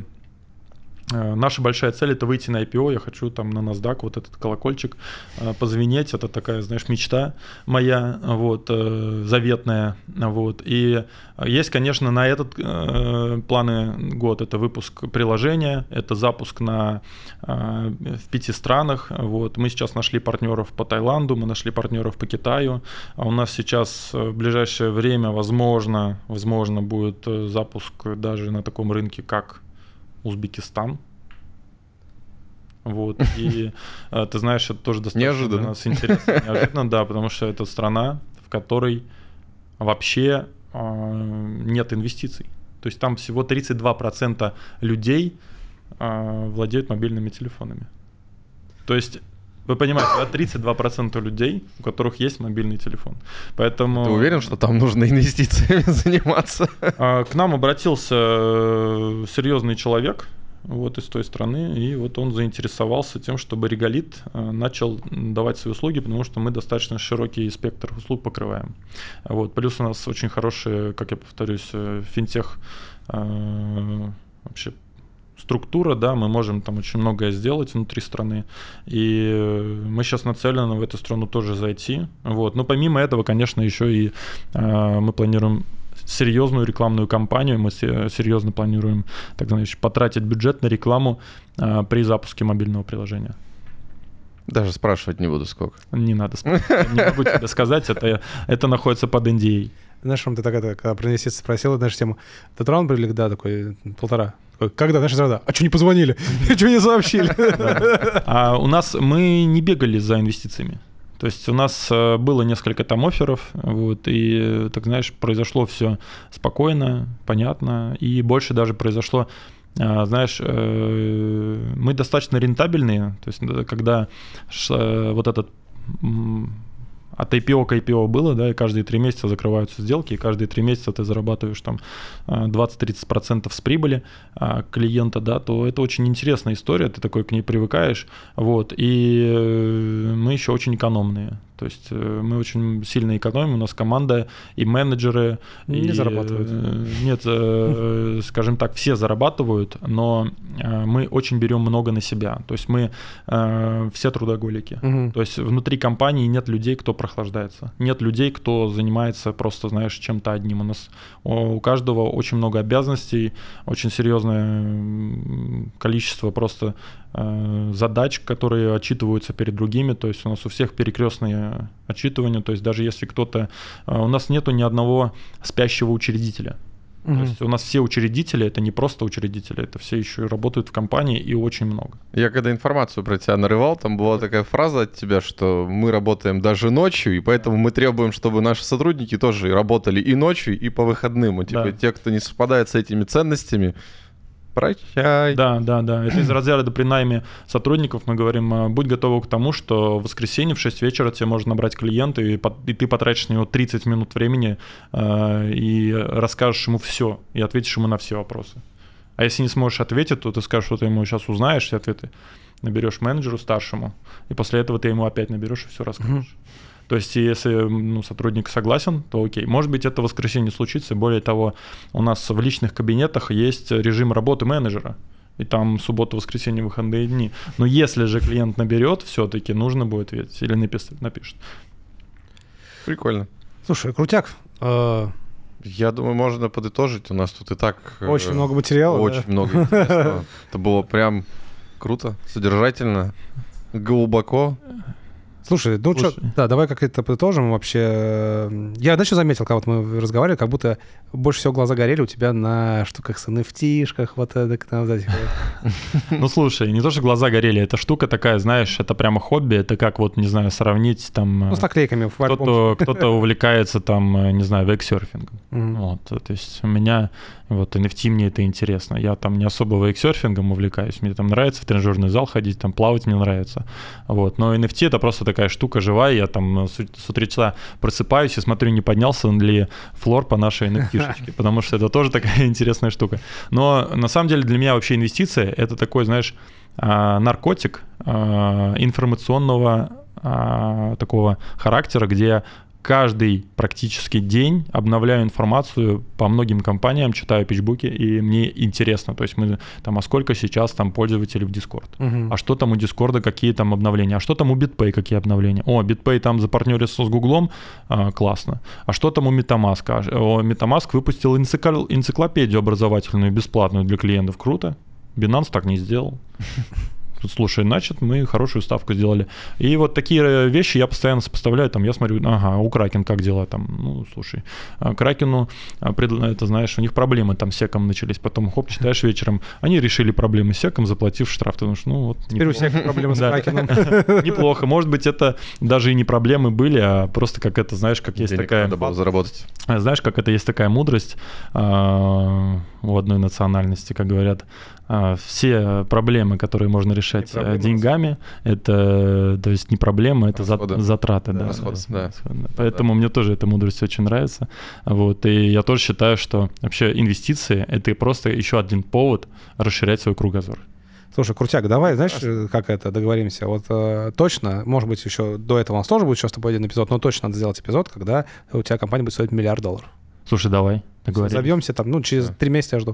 наша большая цель — это выйти на IPO. Я хочу там на NASDAQ вот этот колокольчик позвенеть. Это такая, знаешь, мечта моя, вот, заветная. Вот. И есть, конечно, на этот планы год. Это выпуск приложения, это запуск в 5 странах. Вот. Мы сейчас нашли партнеров по Таиланду, мы нашли партнеров по Китаю. А у нас сейчас в ближайшее время, возможно, будет запуск даже на таком рынке, как Узбекистан. Вот. И ты знаешь, это тоже достаточно для нас интересно. Неожиданно, да, потому что это страна, в которой вообще нет инвестиций. То есть там всего 32% людей владеют мобильными телефонами. То есть вы понимаете, 32% людей, у которых есть мобильный телефон. Поэтому... Ты уверен, что там нужно инвестициями заниматься? К нам обратился серьезный человек вот из той страны, и вот он заинтересовался тем, чтобы Regalit начал давать свои услуги, потому что мы достаточно широкий спектр услуг покрываем. Вот. Плюс у нас очень хорошая, как я повторюсь, финтех вообще структура, да, мы можем там очень многое сделать внутри страны, и мы сейчас нацелены в эту страну тоже зайти. Вот. Но помимо этого, конечно, еще и мы планируем серьезную рекламную кампанию, мы серьезно планируем, так значит, потратить бюджет на рекламу при запуске мобильного приложения. Даже спрашивать не буду, сколько. Не надо спрашивать, не могу тебе сказать, это находится под NDA. Знаешь, ты когда про инвестиции спросил, знаешь, тему, этот раунд были, да, такой 1,5. Когда? Знаешь, да. А что не позвонили? Что не сообщили? А у нас мы не бегали за инвестициями. То есть у нас было несколько там офферов, вот, и, так знаешь, произошло все спокойно, понятно, и больше даже произошло, знаешь, мы достаточно рентабельные, то есть когда вот этот от IPO к IPO было, да, и каждые 3 месяца закрываются сделки, и каждые 3 месяца ты зарабатываешь там 20-30% с прибыли клиента, да, то это очень интересная история, ты такой к ней привыкаешь, вот, и мы еще очень экономные. То есть мы очень сильно экономим, у нас команда и менеджеры. Не зарабатывают. Нет, скажем так, все зарабатывают, но мы очень берем много на себя. То есть мы все трудоголики. Угу. То есть внутри компании нет людей, кто прохлаждается. Нет людей, кто занимается просто, знаешь, чем-то одним. У нас у каждого очень много обязанностей, очень серьезное количество просто задач, которые отчитываются перед другими. То есть у нас у всех перекрестные отчитыванию. То есть даже если кто-то... У нас нету ни одного спящего учредителя. То есть у нас все учредители — это не просто учредители, это все еще и работают в компании, и очень много. Я когда информацию про тебя нарывал, там была такая фраза от тебя, что мы работаем даже ночью, и поэтому мы требуем, чтобы наши сотрудники тоже работали и ночью, и по выходным. И, типа, те, кто не совпадает с этими ценностями, прощай. Да. Это из разряда при найме сотрудников мы говорим, будь готов к тому, что в воскресенье в 6 вечера тебе можно набрать клиента, и ты потратишь на него 30 минут времени и расскажешь ему все, и ответишь ему на все вопросы. А если не сможешь ответить, то ты скажешь, что ты ему сейчас узнаешь, все ответы наберешь менеджеру старшему, и после этого ты ему опять наберешь и все расскажешь. То есть, если сотрудник согласен, то окей. Может быть, это в воскресенье случится. Более того, у нас в личных кабинетах есть режим работы менеджера. И там суббота, воскресенье, выходные дни. Но если же клиент наберет, все-таки нужно будет ответить или напишет. Прикольно. Слушай, крутяк. Я думаю, можно подытожить. У нас тут и так... Очень много материала. Очень много интересного. Это было прям круто, содержательно, глубоко. Слушай, что, да, давай как-то подытожим вообще. Я, знаешь, что заметил, когда вот мы разговаривали, как будто больше всего глаза горели у тебя на штуках с NFT-шках, вот этих вот. Ну, слушай, не то, что глаза горели, эта штука такая, знаешь, это прямо хобби, это как вот, не знаю, сравнить там... Ну, с наклейками в альбом. Кто-то увлекается там, не знаю, вейксерфингом. Вот, то есть у меня вот NFT, мне это интересно. Я там не особо вейксерфингом увлекаюсь, мне там нравится в тренажерный зал ходить, там плавать мне нравится. Вот, но NFT — это просто такая штука живая, я там с утреца просыпаюсь и смотрю, не поднялся ли флор по нашей NFT-шечке, потому что это тоже такая интересная штука. Но на самом деле для меня вообще инвестиция — это такой, знаешь, наркотик информационного такого характера, где каждый практически день обновляю информацию по многим компаниям, читаю питчбуки, и мне интересно. То есть мы там, а сколько сейчас там пользователей в Discord? А что там у Discord, какие там обновления? А что там у BitPay, какие обновления? О, BitPay там запартнерился с Гуглом, классно. А что там у MetaMask? MetaMask выпустил энциклопедию образовательную, бесплатную для клиентов. Круто. Binance так не сделал. Слушай, значит, мы хорошую ставку сделали. И вот такие вещи я постоянно сопоставляю. Там я смотрю, ага, у Kraken как дела там? Ну, слушай, Кракену, это знаешь, у них проблемы там с секом начались. Потом, хоп, читаешь вечером, они решили проблемы с секом, заплатив штраф. Ты думаешь, ну вот... Теперь у всех проблемы с Кракеном. Неплохо. Может быть, это даже и не проблемы были, а просто как это, знаешь, как есть такая... Надо было заработать. Знаешь, как это есть такая мудрость у одной национальности, как говорят, все проблемы, которые можно решать деньгами, это, то есть не проблема, это затраты. Да, расходы, да. Поэтому мне тоже эта мудрость очень нравится. Вот, и я тоже считаю, что вообще инвестиции — это просто еще один повод расширять свой кругозор. Слушай, крутяк, давай, знаешь, как это, договоримся? Вот точно, может быть, еще до этого у нас тоже будет еще с тобой один эпизод, но точно надо сделать эпизод, когда у тебя компания будет стоить $1 миллиард. Слушай, давай, договорились. Забьемся там, через 3 месяца я жду.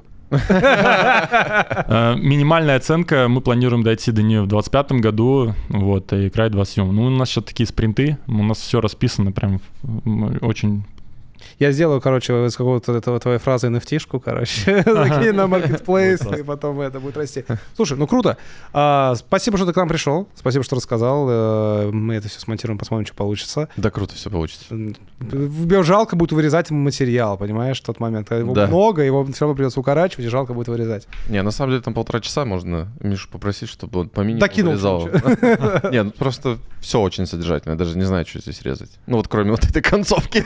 Минимальная оценка, мы планируем дойти до нее в 2025 году, вот, и край в 2027. Ну, у нас сейчас такие спринты, у нас все расписано прям очень... Я сделаю, короче, из какого-то этого твоей фразы NFT-шку, короче, закинь на Marketplace, и потом это будет расти. Слушай, ну круто. Спасибо, что ты к нам пришел. Спасибо, что рассказал. Мы это все смонтируем, посмотрим, что получится. Да, круто все получится. Жалко будет вырезать материал, понимаешь, в тот момент. Его много, его все равно придется укорачивать, и жалко будет вырезать. Не, на самом деле там 1,5 часа можно Мишу попросить, чтобы он по минимуму вырезал. Не, ну просто все очень содержательно. Я даже не знаю, что здесь резать. Ну вот кроме вот этой концовки.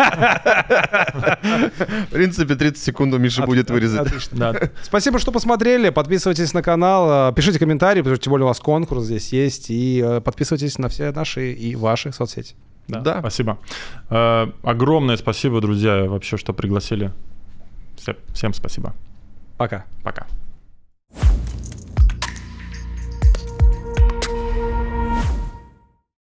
В принципе, 30 секунд у Миши будет вырезать. Да. Спасибо, что посмотрели. Подписывайтесь на канал, пишите комментарии, потому что тем более у вас конкурс здесь есть. И подписывайтесь на все наши и ваши соцсети. Да. Спасибо. Огромное спасибо, друзья, вообще, что пригласили. Всем спасибо. Пока. Пока.